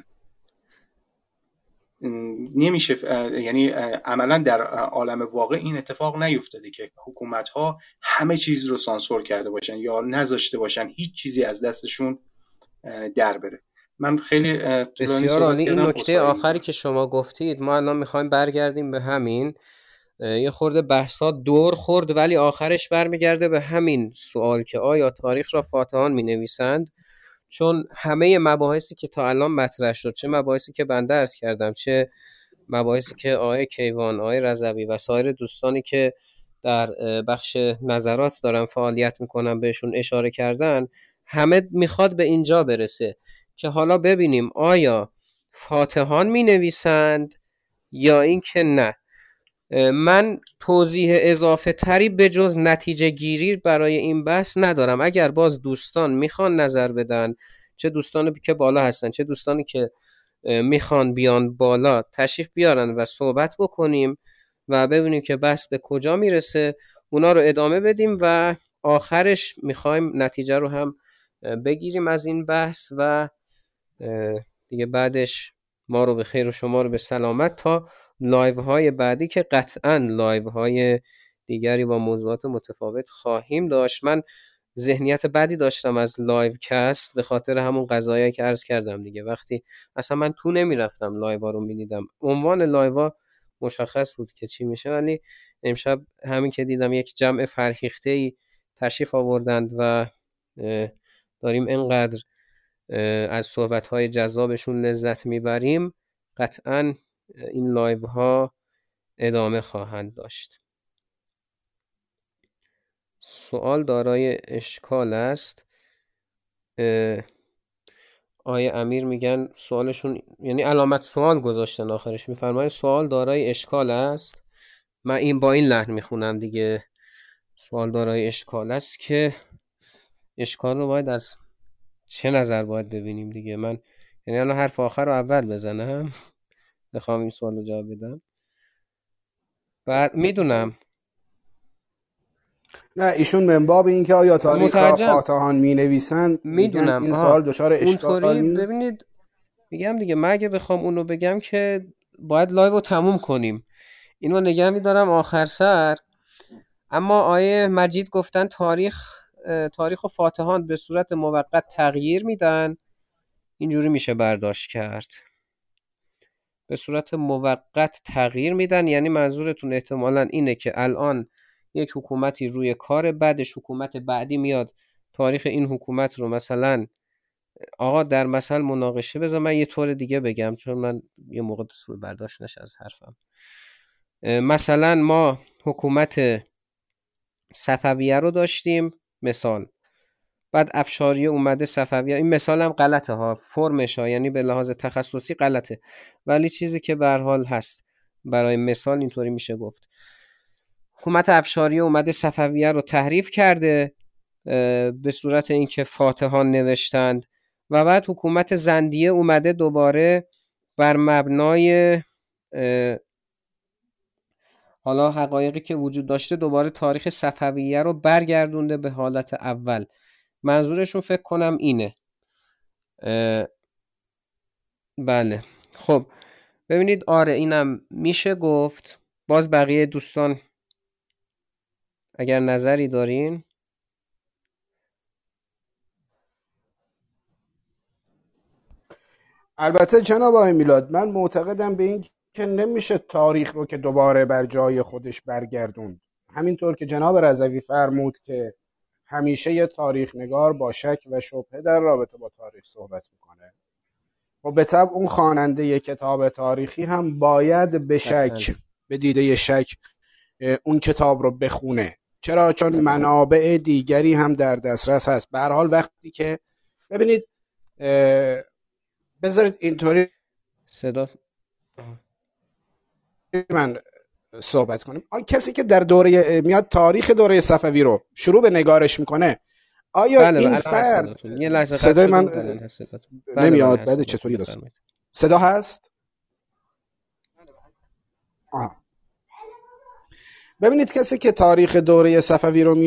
نمیشه، یعنی عملا در عالم واقع این اتفاق نیفتاده که حکومت‌ها همه چیز رو سانسور کرده باشن یا نذاشته باشن هیچ چیزی از دستشون در بره. من خیلی طولانی بسیار صحبت عالی. این کردم. نکته آخری که شما گفتید ما الان میخوایم برگردیم به همین. یه خورده بحثا دور خورد ولی آخرش برمیگرده به همین سوال که آیا تاریخ را فاتحان مینویسند؟ چون همه مباحثی که تا الان مطرح شد، چه مباحثی که بنده عرض کردم، چه مباحثی که آقای کیوان، آقای رضوی و سایر دوستانی که در بخش نظرات دارن فعالیت میکنن بهشون اشاره کردن، همه میخواد به اینجا برسه که حالا ببینیم آیا فاتحان مینویسند یا این که نه. من توضیح اضافه تری به جز نتیجه گیری برای این بحث ندارم. اگر باز دوستان میخوان نظر بدن، چه دوستانی که بالا هستن چه دوستانی که میخوان بیان بالا، تشریف بیارن و صحبت بکنیم و ببینیم که بحث به کجا میرسه، اونا رو ادامه بدیم و آخرش میخوایم نتیجه رو هم بگیریم از این بحث و دیگه بعدش ما رو به خیر و شما رو به سلامت تا لایو های بعدی که قطعاً لایو های دیگری با موضوعات متفاوت خواهیم داشت. من ذهنیت بدی داشتم از لایو کست به خاطر همون قضایی که عرض کردم دیگه. وقتی اصلا من تو نمیرفتم لایو ها رو میدیدم، عنوان لایو ها مشخص بود که چی میشه، ولی امشب همین که دیدم یک جمع فرهیخته‌ای تشریف آوردند و داریم اینقدر از صحبت‌های جذابشون لذت میبریم، قطعاً این لایو ها ادامه خواهند داشت. سوال دارای اشکال است. آیه امیر میگن سوالشون، یعنی علامت سوال گذاشتن آخرش، میفرمایند سوال دارای اشکال است. من این با این لحن میخونم دیگه، سوال دارای اشکال است که اشکال رو باید از چه نظر باید ببینیم دیگه. من یعنی الان حرف آخر رو اول بزنم بخوام این سوال رو جواب بدم؟ بعد میدونم نه ایشون من باب این که آیا تاریخ را فاتحان می نویسند، میدونم این سوال دچار اشکال نیست. ببینید میگم دیگه، من اگه بخوام اونو بگم که باید لایو رو تموم کنیم، اینو نگه میدارم آخر سر. اما آیه مجید گفتن تاریخ و فاتحان به صورت موقت تغییر میدن، اینجوری میشه برداشت کرد. به صورت موقت تغییر میدن یعنی منظورتون احتمالاً اینه که الان یک حکومتی روی کار، بعدش حکومت بعدی میاد تاریخ این حکومت رو مثلا آقا در مثل مناقشه، بذار من یه طور دیگه بگم چون من یه موقع سوء برداشت نشه از حرفم. مثلا ما حکومت صفویه رو داشتیم مثال، بعد افشاریه اومده صفویه، این مثال هم غلطه ها، فرمش ها یعنی به لحاظ تخصصی غلطه، ولی چیزی که به هر حال هست برای مثال اینطوری میشه گفت. حکومت افشاریه اومده صفویه رو تحریف کرده به صورت اینکه فاتحان نوشتند، و بعد حکومت زندیه اومده دوباره بر مبنای حالا حقایقی که وجود داشته دوباره تاریخ صفویه رو برگردونده به حالت اول. منظورشون فکر کنم اینه. بله خب ببینید، آره اینم میشه گفت. باز بقیه دوستان اگر نظری دارین. البته جناب آقای میلاد، من معتقدم به این که نمیشه تاریخ رو که دوباره بر جای خودش برگردوند. همینطور که جناب رضوی فرمود که همیشه یه تاریخ نگار با شک و شبهه در رابطه با تاریخ صحبت میکنه و به طبع اون خواننده ی کتاب تاریخی هم باید به شک، به دیده شک اون کتاب رو بخونه. چرا؟ چون منابع دیگری هم در دسترس هست. به هر حال وقتی که ببینید، بذارید اینطوری صدا من صحبت کنیم. کسی که در دوره میاد تاریخ دوره صفوی رو شروع به نگارش میکنه، آیا این فرد یه لحظه صدای من نمیاد؟ بعد چطوری صدا هست؟ ببینید کسی که تاریخ دوره صفوی رو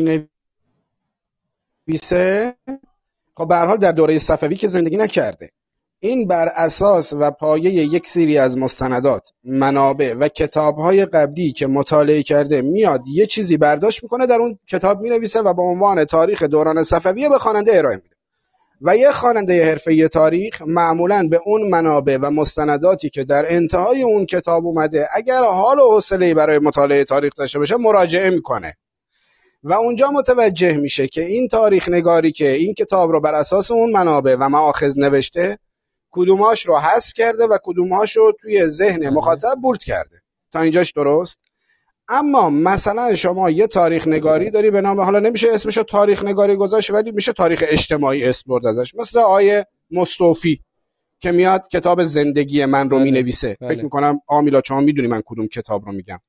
مینویسه، خب به هر حال در دوره صفوی که زندگی نکرده. این بر اساس و پایه یک سری از مستندات، منابع و کتاب‌های قبلی که مطالعه کرده میاد یه چیزی برداشت میکنه، در اون کتاب مینویسه و با عنوان تاریخ دوران صفویه به خواننده ارائه میده. و یه خواننده حرفه‌ای تاریخ معمولاً به اون منابع و مستنداتی که در انتهای اون کتاب اومده اگر حال و حوصله‌ای برای مطالعه تاریخ داشته باشه مراجعه میکنه و اونجا متوجه میشه که این تاریخ نگاری که این کتاب رو بر اساس اون منابع و مآخذ نوشته کدوماش رو حذف کرده و کدوماش رو توی ذهن مخاطب بولد کرده. تا اینجاش درست؟ اما مثلا شما یه تاریخ نگاری داری به نام، حالا نمیشه اسمشو تاریخ نگاری گذاشت ولی میشه تاریخ اجتماعی اسم برد ازش، مثل آیه مصطفی که میاد کتاب زندگی من رو مینویسه. فکر میکنم آمیلا شما میدونی من کدوم کتاب رو میگم،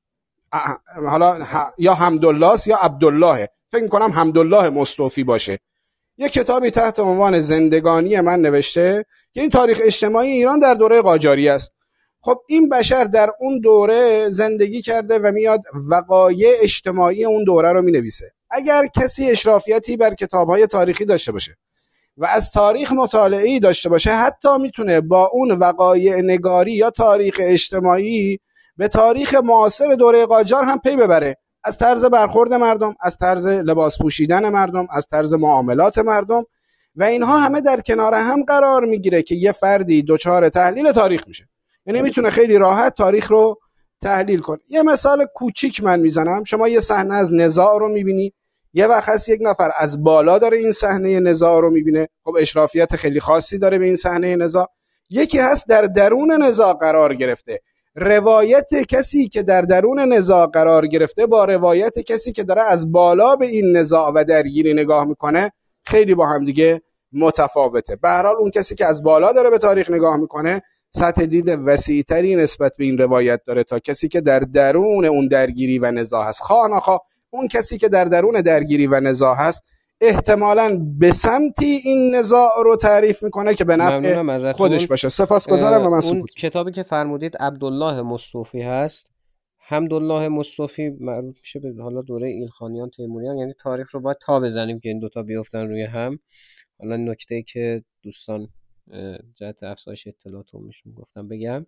حالا یا حمدالله است یا عبدالله، فکر میکنم حمدالله مصطفی باشه. یه کتابی تحت عنوان زندگانی من نوشته که این تاریخ اجتماعی ایران در دوره قاجاری است. خب این بشر در اون دوره زندگی کرده و میاد وقایع اجتماعی اون دوره رو مینویسه. اگر کسی اشرافیتی بر کتاب‌های تاریخی داشته باشه و از تاریخ مطالعه‌ای داشته باشه، حتی میتونه با اون وقایع نگاری یا تاریخ اجتماعی به تاریخ معاصر دوره قاجار هم پی ببره، از طرز برخورد مردم، از طرز لباس پوشیدن مردم، از طرز معاملات مردم، و اینها همه در کنار هم قرار میگیره که یه فردی دچار تحلیل تاریخ میشه. یعنی میتونه خیلی راحت تاریخ رو تحلیل کنه. یه مثال کوچیک من میزنم. شما یه صحنه از نزاع رو میبینی، یه وقت هست یک نفر از بالا داره این صحنه نزاع رو میبینه، خب اشرافیت خیلی خاصی داره به این صحنه نزاع. یکی هست در درون نزاع قرار گرفته، روایت کسی که در درون نزاع قرار گرفته با روایت کسی که داره از بالا به این نزاع و درگیری نگاه میکنه خیلی با هم دیگه متفاوته. به هر حال اون کسی که از بالا داره به تاریخ نگاه میکنه سطح دید وسیع‌تری نسبت به این روایت داره تا کسی که در درون اون درگیری و نزاع هست. خواه نخواه اون کسی که در درون درگیری و نزاع هست احتمالاً به سمتی این نزاع رو تعریف میکنه که به نفع خودش باشه. سپاسگزارم و من اون کتابی که فرمودید عبدالله مصطفی هست، حمدالله مصطفی معروف میشه به حالا دوره ایلخانیان تیموریان، یعنی تاریخ رو باید تا بزنیم که این دوتا بیفتن روی هم. حالا نکته‌ای که دوستان جهت افزایش اطلاعات میشون گفتم بگم.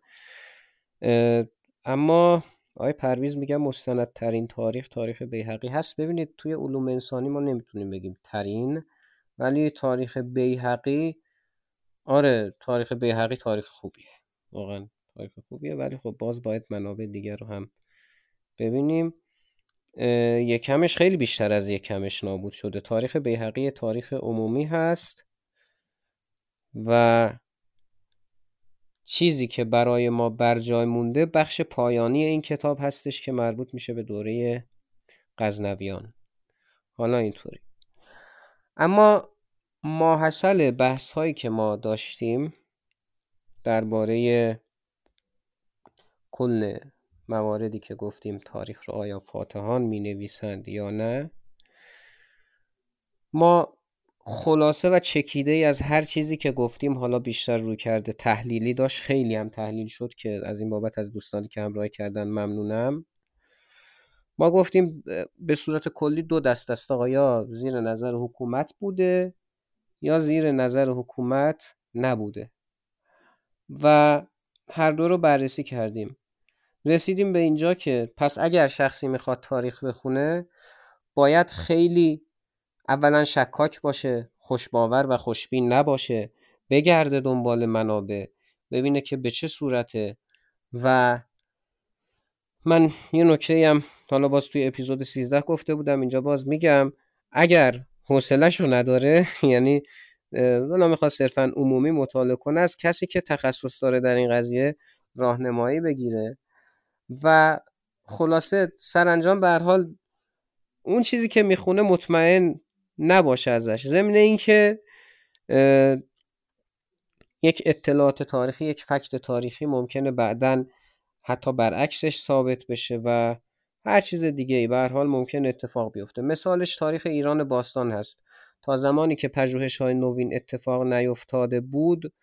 اما آقای پرویز میگم مستندترین تاریخ بیهقی هست. ببینید توی علوم انسانی ما نمیتونیم بگیم ترین، ولی تاریخ بیهقی، آره تاریخ بیهقی تاریخ خوبیه، واقعا تاریخ خوبیه، ولی خب باز باید منابع دیگر رو هم ببینیم. یکمش خیلی بیشتر از یکمش نابود شده. تاریخ بیهقی تاریخ عمومی هست و چیزی که برای ما بر جای مونده بخش پایانی این کتاب هستش که مربوط میشه به دوره غزنویان. حالا اینطوری. اما ماحصل بحث هایی که ما داشتیم درباره کل مواردی که گفتیم تاریخ رو آیا فاتحان می نویسند یا نه، ما خلاصه و چکیده ای از هر چیزی که گفتیم، حالا بیشتر روی کرده تحلیلی داشت، خیلی هم تحلیل شد که از این بابت از دوستانی که همراهی کردن ممنونم. ما گفتیم به صورت کلی دو دست است آقا، یا زیر نظر حکومت بوده یا زیر نظر حکومت نبوده و هر دو رو بررسی کردیم. رسیدیم به اینجا که پس اگر شخصی میخواد تاریخ بخونه باید خیلی اولا شکاک باشه، خوشباور و خوشبین نباشه، بگرده دنبال منابع ببینه که به چه صورته. و من یه نکته هم حالا باز توی اپیزود 13 گفته بودم، اینجا باز میگم، اگر حوصله‌ش رو نداره یعنی اونا میخواد صرفا عمومی مطالعه کنه، از کسی که تخصص داره در این قضیه راهنمایی بگیره و خلاصه سرانجام به هر حال اون چیزی که میخونه مطمئن نباشه ازش، ضمن این که یک اطلاعات تاریخی، یک فکت تاریخی ممکنه بعداً حتی برعکسش ثابت بشه و هر چیز دیگه ای به هر حال ممکن اتفاق بیفته. مثالش تاریخ ایران باستان هست. تا زمانی که پژوهش‌های نوین اتفاق نیفتاده بود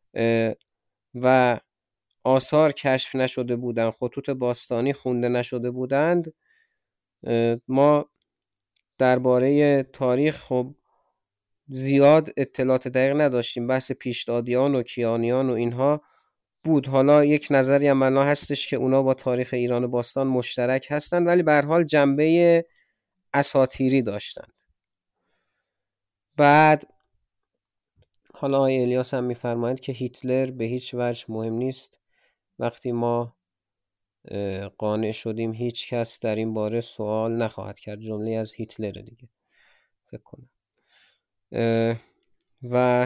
و آثار کشف نشده بودند، خطوط باستانی خونده نشده بودند، ما درباره تاریخ خب زیاد اطلاعات دقیق نداشتیم. بحث پیشدادیان و کیانیان و اینها بود. حالا یک نظری هم الان هستش که اونا با تاریخ ایران باستان مشترک هستند ولی به هر حال جنبه اساطیری داشتند. بعد حالا آقای الیاس هم میفرمایند که هیتلر به هیچ وجه مهم نیست. وقتی ما قانع شدیم هیچ کس در این باره سوال نخواهد کرد. جمله از هیتلر دیگه فکر کنم. و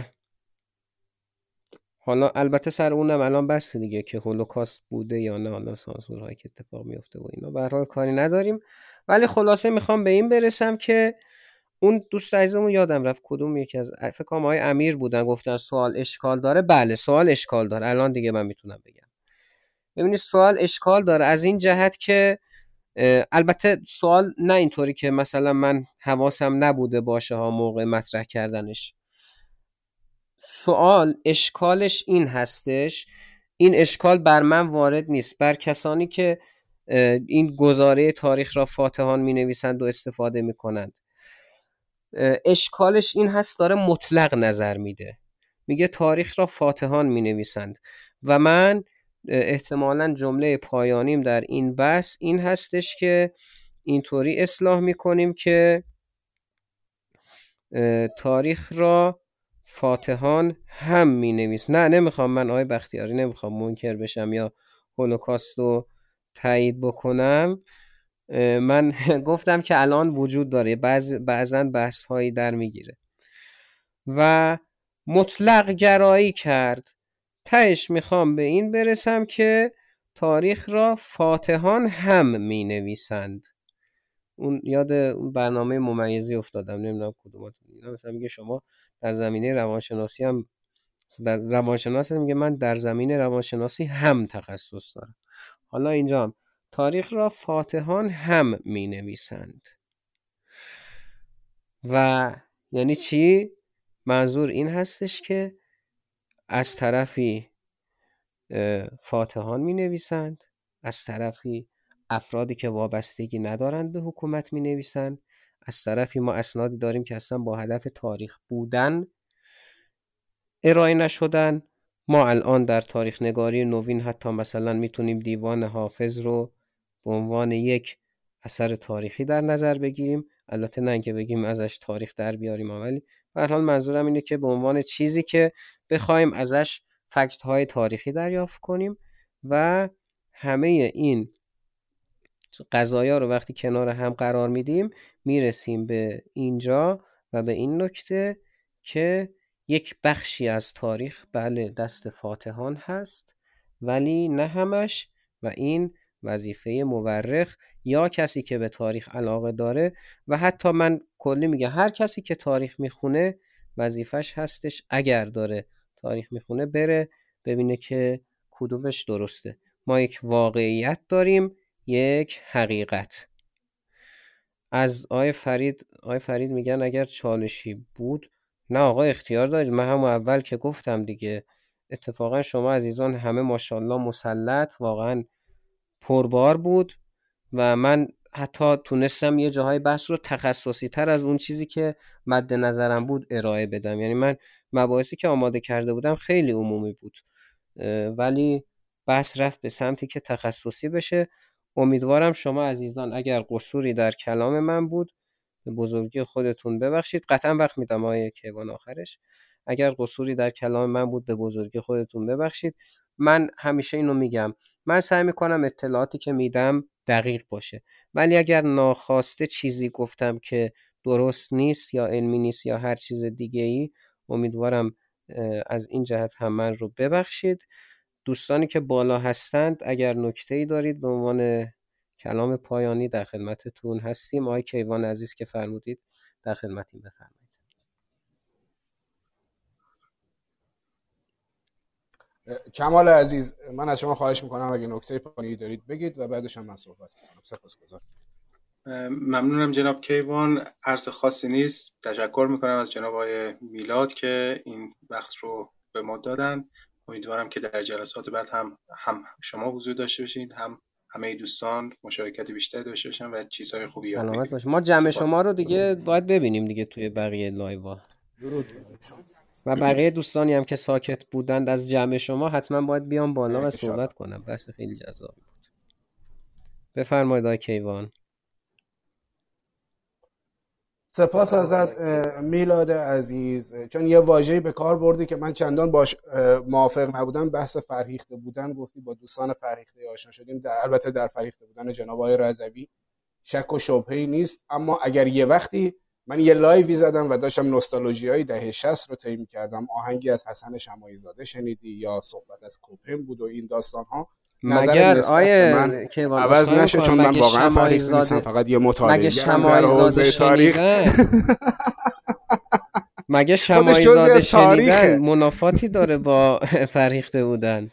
حالا البته سر اونم الان بحث دیگه که هولوکاست بوده یا نه، حالا سانسورهایی که اتفاق میفته و اینا، به هر حال کاری نداریم. ولی خلاصه میخوام به این برسم که اون دوست عزیزمون یادم رفت کدوم یکی از فکر کنم آقای امیر بودن گفتن سوال اشکال داره. بله سوال اشکال داره. الان دیگه من میتونم بگم. ببینید سوال اشکال داره از این جهت که البته سوال نه اینطوری که مثلا من حواسم نبوده باشه ها موقع مطرح کردنش. سوال اشکالش این هستش، این اشکال بر من وارد نیست، بر کسانی که این گزاره تاریخ را فاتحان می نویسند و استفاده می کنند. اشکالش این هست داره مطلق نظر میده، میگه تاریخ را فاتحان می نویسند و من احتمالاً جمله پایانیم در این بحث این هستش که اینطوری اصلاح می کنیم که تاریخ را فاتحان هم می نویس. نه نمیخوام من آقای بختیاری نمیخوام منکر بشم یا هولوکاست رو تایید بکنم. من گفتم که الان وجود داره، بعضن بحث هایی در میگیره و مطلق گرایی کرد. تهش میخوام به این برسم که تاریخ را فاتحان هم می نویسند. اون یاد اون برنامه ممیزی افتادم، نمیدونم کدوماتون اینا مثلا میگه شما در زمینه روانشناسی هم در روانشناس میگه من در زمینه روانشناسی هم تخصص دارم. حالا اینجا هم تاریخ را فاتحان هم می نویسند و یعنی چی؟ منظور این هستش که از طرفی فاتحان می نویسند، از طرفی افرادی که وابستگی ندارند به حکومت می نویسند، از طرفی ما اسنادی داریم که اصلا با هدف تاریخ بودن ارائه نشدن. ما الان در تاریخ نگاری نوین حتی مثلا میتونیم دیوان حافظ رو به عنوان یک اثر تاریخی در نظر بگیریم، البته نه اینکه بگیم ازش تاریخ در بیاریم، ولی به هر حال منظورم اینه که به عنوان چیزی که بخوایم ازش فکت های تاریخی دریافت کنیم و همه این قضایا رو وقتی کنار هم قرار میدیم میرسیم به اینجا و به این نکته که یک بخشی از تاریخ بله دست فاتحان هست ولی نه همش، و این وظیفه مورخ یا کسی که به تاریخ علاقه داره و حتی من کلی میگم هر کسی که تاریخ میخونه وظیفش هستش اگر داره تاریخ میخونه بره ببینه که کدومش درسته. ما یک واقعیت داریم، یک حقیقت. از آقای فرید میگن اگر چالشی بود نه آقا اختیار دارید. من همون اول که گفتم دیگه، اتفاقا شما عزیزان همه ماشاءالله مسلط، واقعا پربار بود و من حتی تونستم یه جاهای بحث رو تخصصی تر از اون چیزی که مد نظرم بود ارائه بدم. یعنی من مباحثی که آماده کرده بودم خیلی عمومی بود ولی بحث رفت به سمتی که تخصصی بشه. امیدوارم شما عزیزان اگر قصوری در کلام من بود به بزرگی خودتون ببخشید. قطعا وقت میدم آیه کیوان آخرش. اگر قصوری در کلام من بود به بزرگی خودتون ببخشید. من همیشه اینو میگم، من سعی میکنم اطلاعاتی که میدم دقیق باشه، ولی اگر ناخواسته چیزی گفتم که درست نیست یا علمی نیست یا هر چیز دیگه ای، امیدوارم از این جهت هم من رو ببخشید. دوستانی که بالا هستند اگر نکته‌ای دارید به عنوان کلام پایانی در خدمتتون هستیم. آقای کیوان عزیز که فرمودید در خدمتیم، بفرمایید. کمال عزیز من از شما خواهش میکنم اگه نکته پایانی دارید بگید و بعدش هم من صحبت میکنم. سپاسگزارم. ممنونم جناب کیوان. عرض خاصی نیست. تشکر میکنم از جناب آقای میلاد که این وقت رو به ما دادن. امیدوارم که در جلسات بعد هم شما حضور داشته باشید، هم همه دوستان مشارکت بیشتری داشته باشن و چیزهای خوبی یاد بگیریم. سلامت باشید. ما جمع شما رو دیگه باید ببینیم دیگه توی بقیه لایوها. درود. و بقیه دوستانی هم که ساکت بودند از جمع شما حتما باید بیان بالا و صحبت کنم. بحث خیلی جذابی بود. بفرمایید آقای کیوان. سپاس ازت میلاد عزیز، چون یه واژه‌ای به کار بردی که من چندان باش موافق نبودم. بحث فرهیخته بودن گفتی، با دوستان فرهیخته آشنا شدیم. البته در فرهیخته بودن جناب آقای رضوی شک و شبهه‌ای نیست، اما اگر یه وقتی من یه لایوی زدم و داشتم نوستالژیای دهه 60 رو طی می‌کردم، آهنگی از حسن شماعی زاده شنیدی یا صحبت از کوپن بود و این داستان‌ها، مگر آیه که عوض نشه، چون من واقعا فرهیخته نیستم، فقط یه مطالعه‌گرم در حوزه تاریخ. مگه شماعی زاده شنیدن منافاتی داره با فرهیخته بودن؟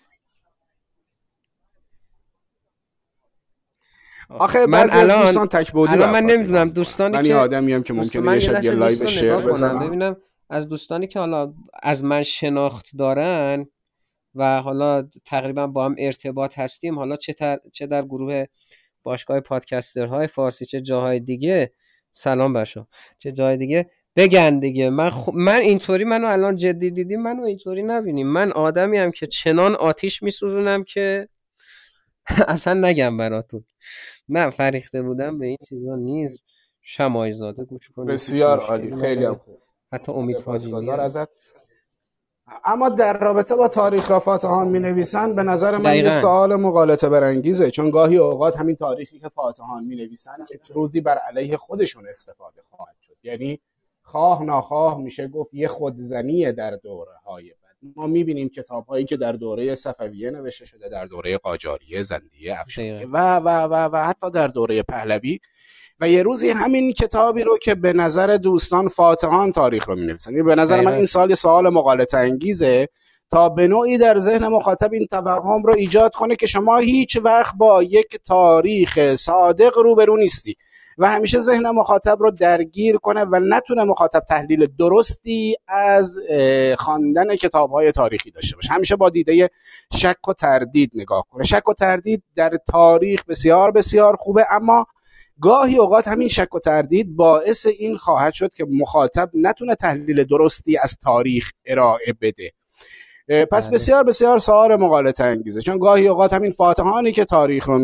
آخه بعضی از دوستان تک‌بودی، الان من نمیدونم دوستانی من که آدمیم که ممکنه یه شب یه لایو شعر بزنم، ببینم از دوستانی که حالا از من شناخت دارن و حالا تقریبا با هم ارتباط هستیم، حالا چه در گروه باشگاه پادکسترهای فارسی، چه جاهای دیگه، سلام بشو، چه جای دیگه، بگن دیگه. من اینطوری، منو الان جدی دیدیم، منو اینطوری نبینیم. من آدمی ام که چنان آتیش میسوزونم که اصلا نگم براتون. نه، فرهیخته بودم به این چیزا نیست. شماعی زاده گوش کنید، بسیار عالی، خیلی هم خوب، حتی امید فاضلی ازت. اما در رابطه با تاریخ را فاتحان می نویسن، به نظر من یه سوال مغالطه برانگیزه، چون گاهی اوقات همین تاریخی که فاتحان می نویسن روزی بر علیه خودشون استفاده خواهد شد. یعنی خواه ناخواه میشه گفت یه خودزنی در دوره های بعد. ما می بینیم کتاب هایی که در دوره صفویه نوشته شده، در دوره قاجاریه، زندیه، افشاریه و حتی در دوره پهلوی، و یه روزی همین کتابی رو که به نظر دوستان فاتحان تاریخ رو می‌نویسن، به نظر من این سوال مغالطه انگیزه تا به نوعی در ذهن مخاطب این توهم رو ایجاد کنه که شما هیچ وقت با یک تاریخ صادق روبرو نیستی و همیشه ذهن مخاطب رو درگیر کنه و نتونه مخاطب تحلیل درستی از خواندن کتاب‌های تاریخی داشته باشه. همیشه با دیده شک و تردید نگاه کنه. شک و تردید در تاریخ بسیار بسیار خوبه، اما گاهی اوقات همین شک و تردید باعث این خواهد شد که مخاطب نتونه تحلیل درستی از تاریخ ارائه بده. پس بسیار بسیار سوال مغالطه انگیزه، چون گاهی اوقات همین فاتحانی که تاریخ رو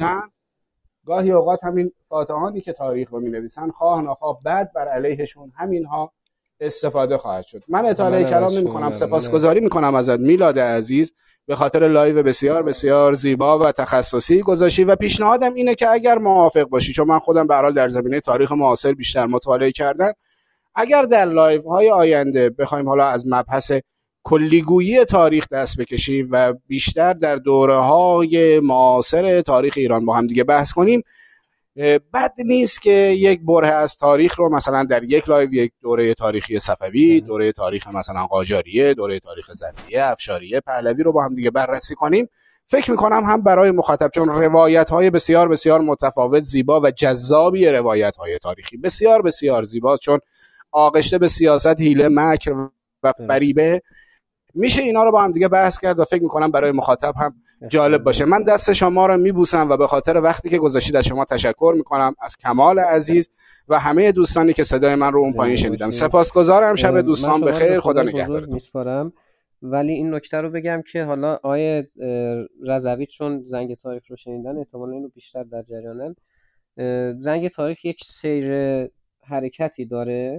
می نویسن خواه ناخواه بعد بر علیهشون همینها استفاده خواهد شد. من اطاله کلام نمی کنم، سپاسگزاری می کنم ازت میلاد عزیز به خاطر لایو بسیار بسیار زیبا و تخصصی گذاشتی و پیشنهادم اینه که اگر موافق باشی، چون من خودم به هر حال در زمینه تاریخ معاصر بیشتر مطالعه کردم، اگر در لایو های آینده بخوایم حالا از مبحث کلیگویی تاریخ دست بکشیم و بیشتر در دوره های معاصر تاریخ ایران با هم دیگه بحث کنیم، بد نیست که یک بره از تاریخ رو مثلا در یک لایو، یک دوره تاریخی صفوی، دوره تاریخ مثلا قاجاریه، دوره تاریخ زندیه، افشاریه، پهلوی رو با هم دیگه بررسی کنیم. فکر میکنم هم برای مخاطب، چون روایت های بسیار بسیار متفاوت، زیبا و جذابی روایت های تاریخی، بسیار بسیار زیبا، چون آغشته به سیاست، حیله، مکر و فریبه، میشه اینا رو با هم دیگه بحث کرد و فکر میکنم برای مخاطب هم جالب باشه. من دست شما رو میبوسم و به خاطر وقتی که گذاشتید از شما تشکر میکنم، از کمال عزیز و همه دوستانی که صدای من رو اون پایین شنیدن. سپاسگزارم. شب دوستان بخیر، خدا نگهدارتون. ولی این نکته رو بگم که حالا آیه رضوی چون زنگ تاریخ رو شنیدن احتمالاً اینو بیشتر در جریانن. زنگ تاریخ یک سیر حرکتی داره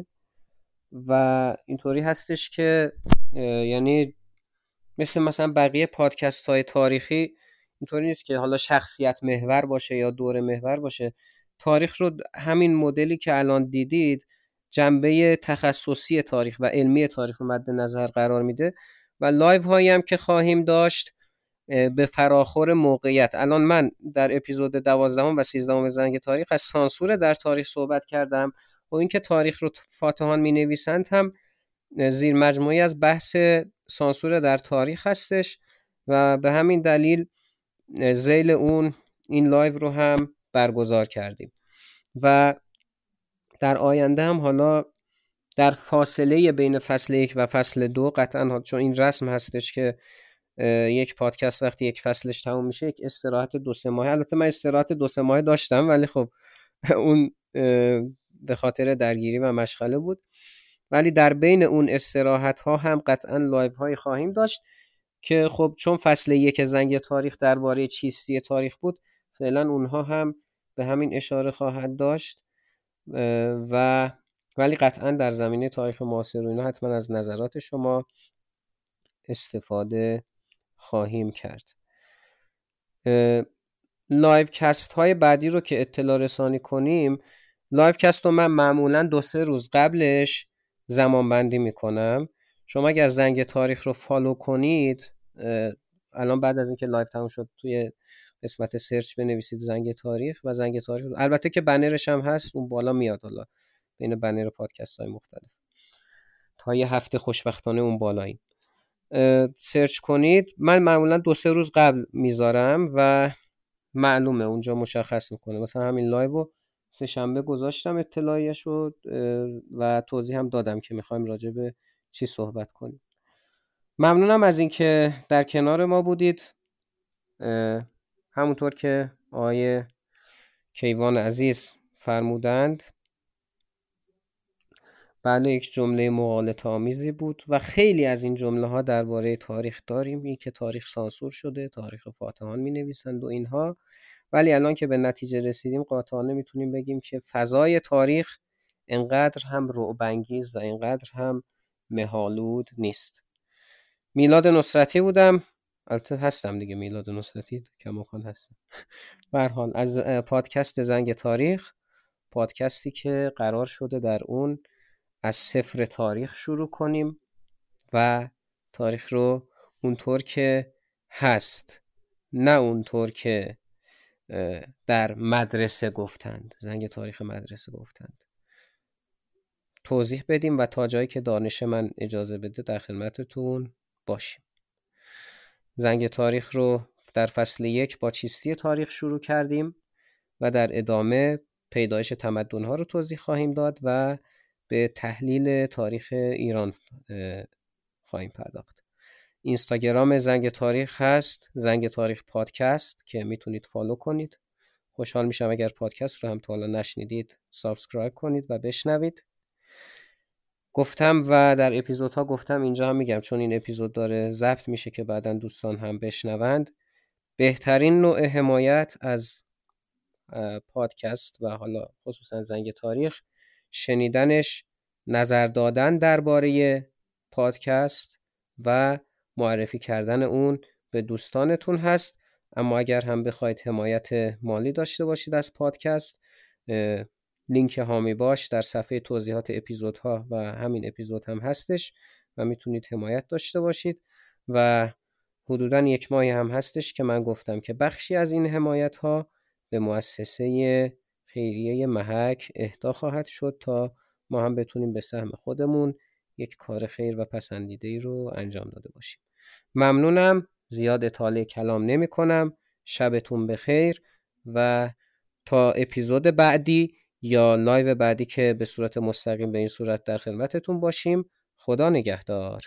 و اینطوری هستش که یعنی مثلا بقیه پادکست های تاریخی اینطوری نیست که حالا شخصیت محور باشه یا دوره محور باشه. تاریخ رو همین مدلی که الان دیدید جنبه تخصصی تاریخ و علمی تاریخ رو مد نظر قرار میده و لایو هایی هم که خواهیم داشت به فراخور موقعیت. الان من در اپیزود 12 و 13 زنگ تاریخ از سانسور در تاریخ صحبت کردم و اینکه تاریخ رو فاتحان می نویسند هم زیر مجموعی از بحث سانسور در تاریخ هستش و به همین دلیل ذیل اون این لایو رو هم برگزار کردیم و در آینده هم حالا در فاصله بین فصل 1 و فصل 2 قطعا، چون این رسم هستش که یک پادکست وقتی یک فصلش تموم میشه یک استراحت 2-3 ماهه، البته من استراحت 2-3 ماهه داشتم ولی خب اون به خاطر درگیری و مشغله بود، ولی در بین اون استراحت ها هم قطعا لایو های خواهیم داشت که خب چون فصل 1 زنگ تاریخ درباره چیستی تاریخ بود، فعلا اونها هم به همین اشاره خواهد داشت و ولی قطعا در زمینه تاریخ معاصر و اینا حتما از نظرات شما استفاده خواهیم کرد. لایو کست های بعدی رو که اطلاع رسانی کنیم، لایو کست رو من معمولا 2-3 روز قبلش زمان بندی میکنم. شما اگر زنگ تاریخ رو فالو کنید، الان بعد از اینکه لایو تموم شد توی قسمت سرچ بنویسید زنگ تاریخ و زنگ تاریخ، البته که بنرش هم هست اون بالا میاد، حالا بین بنر پادکست های مختلف تا یه هفته خوشبختانه اون بالاییم. سرچ کنید. من معمولا 2-3 روز قبل میذارم و معلومه اونجا مشخص میکنه. مثلا همین لایو رو 3 شنبه گذاشتم اطلاعیه شد و توضیح هم دادم که میخوایم راجع به چی صحبت کنیم. ممنونم از اینکه در کنار ما بودید. همونطور که آقای کیوان عزیز فرمودند، بله یک جمله مغالطه آمیزی بود و خیلی از این جمله ها درباره تاریخ داریم. این که تاریخ سانسور شده، تاریخ فاتحان می نویسند و اینها، ولی الان که به نتیجه رسیدیم قاطعانه میتونیم بگیم که فضای تاریخ انقدر هم رعب‌انگیز و انقدر هم مه‌آلود نیست. میلاد نصرتی بودم، البته هستم دیگه، میلاد نصرتی کماکان هستم. به هر حال از پادکست زنگ تاریخ، پادکستی که قرار شده در اون از صفر تاریخ شروع کنیم و تاریخ رو اونطور که هست، نه اونطور که در مدرسه گفتند، زنگ تاریخ مدرسه گفتند، توضیح بدیم و تا جایی که دانش من اجازه بده در خدمتتون باشیم. زنگ تاریخ رو در فصل 1 با چیستی تاریخ شروع کردیم و در ادامه پیدایش تمدن‌ها رو توضیح خواهیم داد و به تحلیل تاریخ ایران خواهیم پرداخت. اینستاگرام زنگ تاریخ هست زنگ تاریخ پادکست که میتونید فالو کنید. خوشحال میشم اگر پادکست رو هم تا حالا نشنیدید سابسکرایب کنید و بشنوید. گفتم و در اپیزودها گفتم، اینجا هم میگم چون این اپیزود داره ضبط میشه که بعداً دوستان هم بشنوند، بهترین نوع حمایت از پادکست و حالا خصوصا زنگ تاریخ شنیدنش، نظر دادن درباره پادکست و معرفی کردن اون به دوستانتون هست. اما اگر هم بخواید حمایت مالی داشته باشید از پادکست، لینک حامی باش در صفحه توضیحات اپیزودها و همین اپیزود هم هستش و میتونید حمایت داشته باشید و حدوداً 1 ماهی هم هستش که من گفتم که بخشی از این حمایت ها به مؤسسه خیریه محک اهدا خواهد شد تا ما هم بتونیم به سهم خودمون یک کار خیر و پسندیده‌ای رو انجام داده باشیم. ممنونم، زیاد اطاله کلام نمی کنم. شبتون بخیر و تا اپیزود بعدی یا لایو بعدی که به صورت مستقیم به این صورت در خدمتتون باشیم. خدا نگهدار.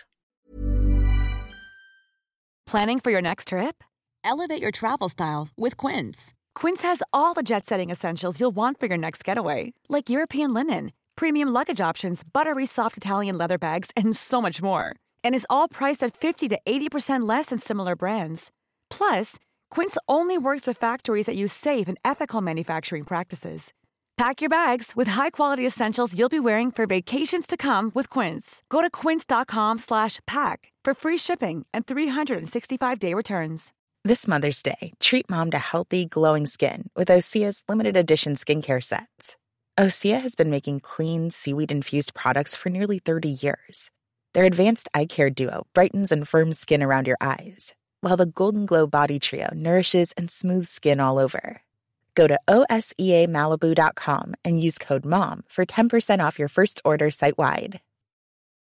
Planning for your next trip? Elevate your travel style with Quince. Quince has all the jet-setting essentials you'll want for your next getaway, like European linen, premium luggage options, buttery soft Italian leather bags, and so much more. And is all priced at 50 to 80% less than similar brands. Plus, Quince only works with factories that use safe and ethical manufacturing practices. Pack your bags with high-quality essentials you'll be wearing for vacations to come with Quince. Go to quince.com/pack for free shipping and 365-day returns. This Mother's Day, treat mom to healthy, glowing skin with Osea's limited edition skincare sets. Osea has been making clean, seaweed-infused products for nearly 30 years. Their advanced eye care duo brightens and firms skin around your eyes, while the Golden Glow Body Trio nourishes and smooths skin all over. Go to OSEAMalibu.com and use code MOM for 10% off your first order site-wide.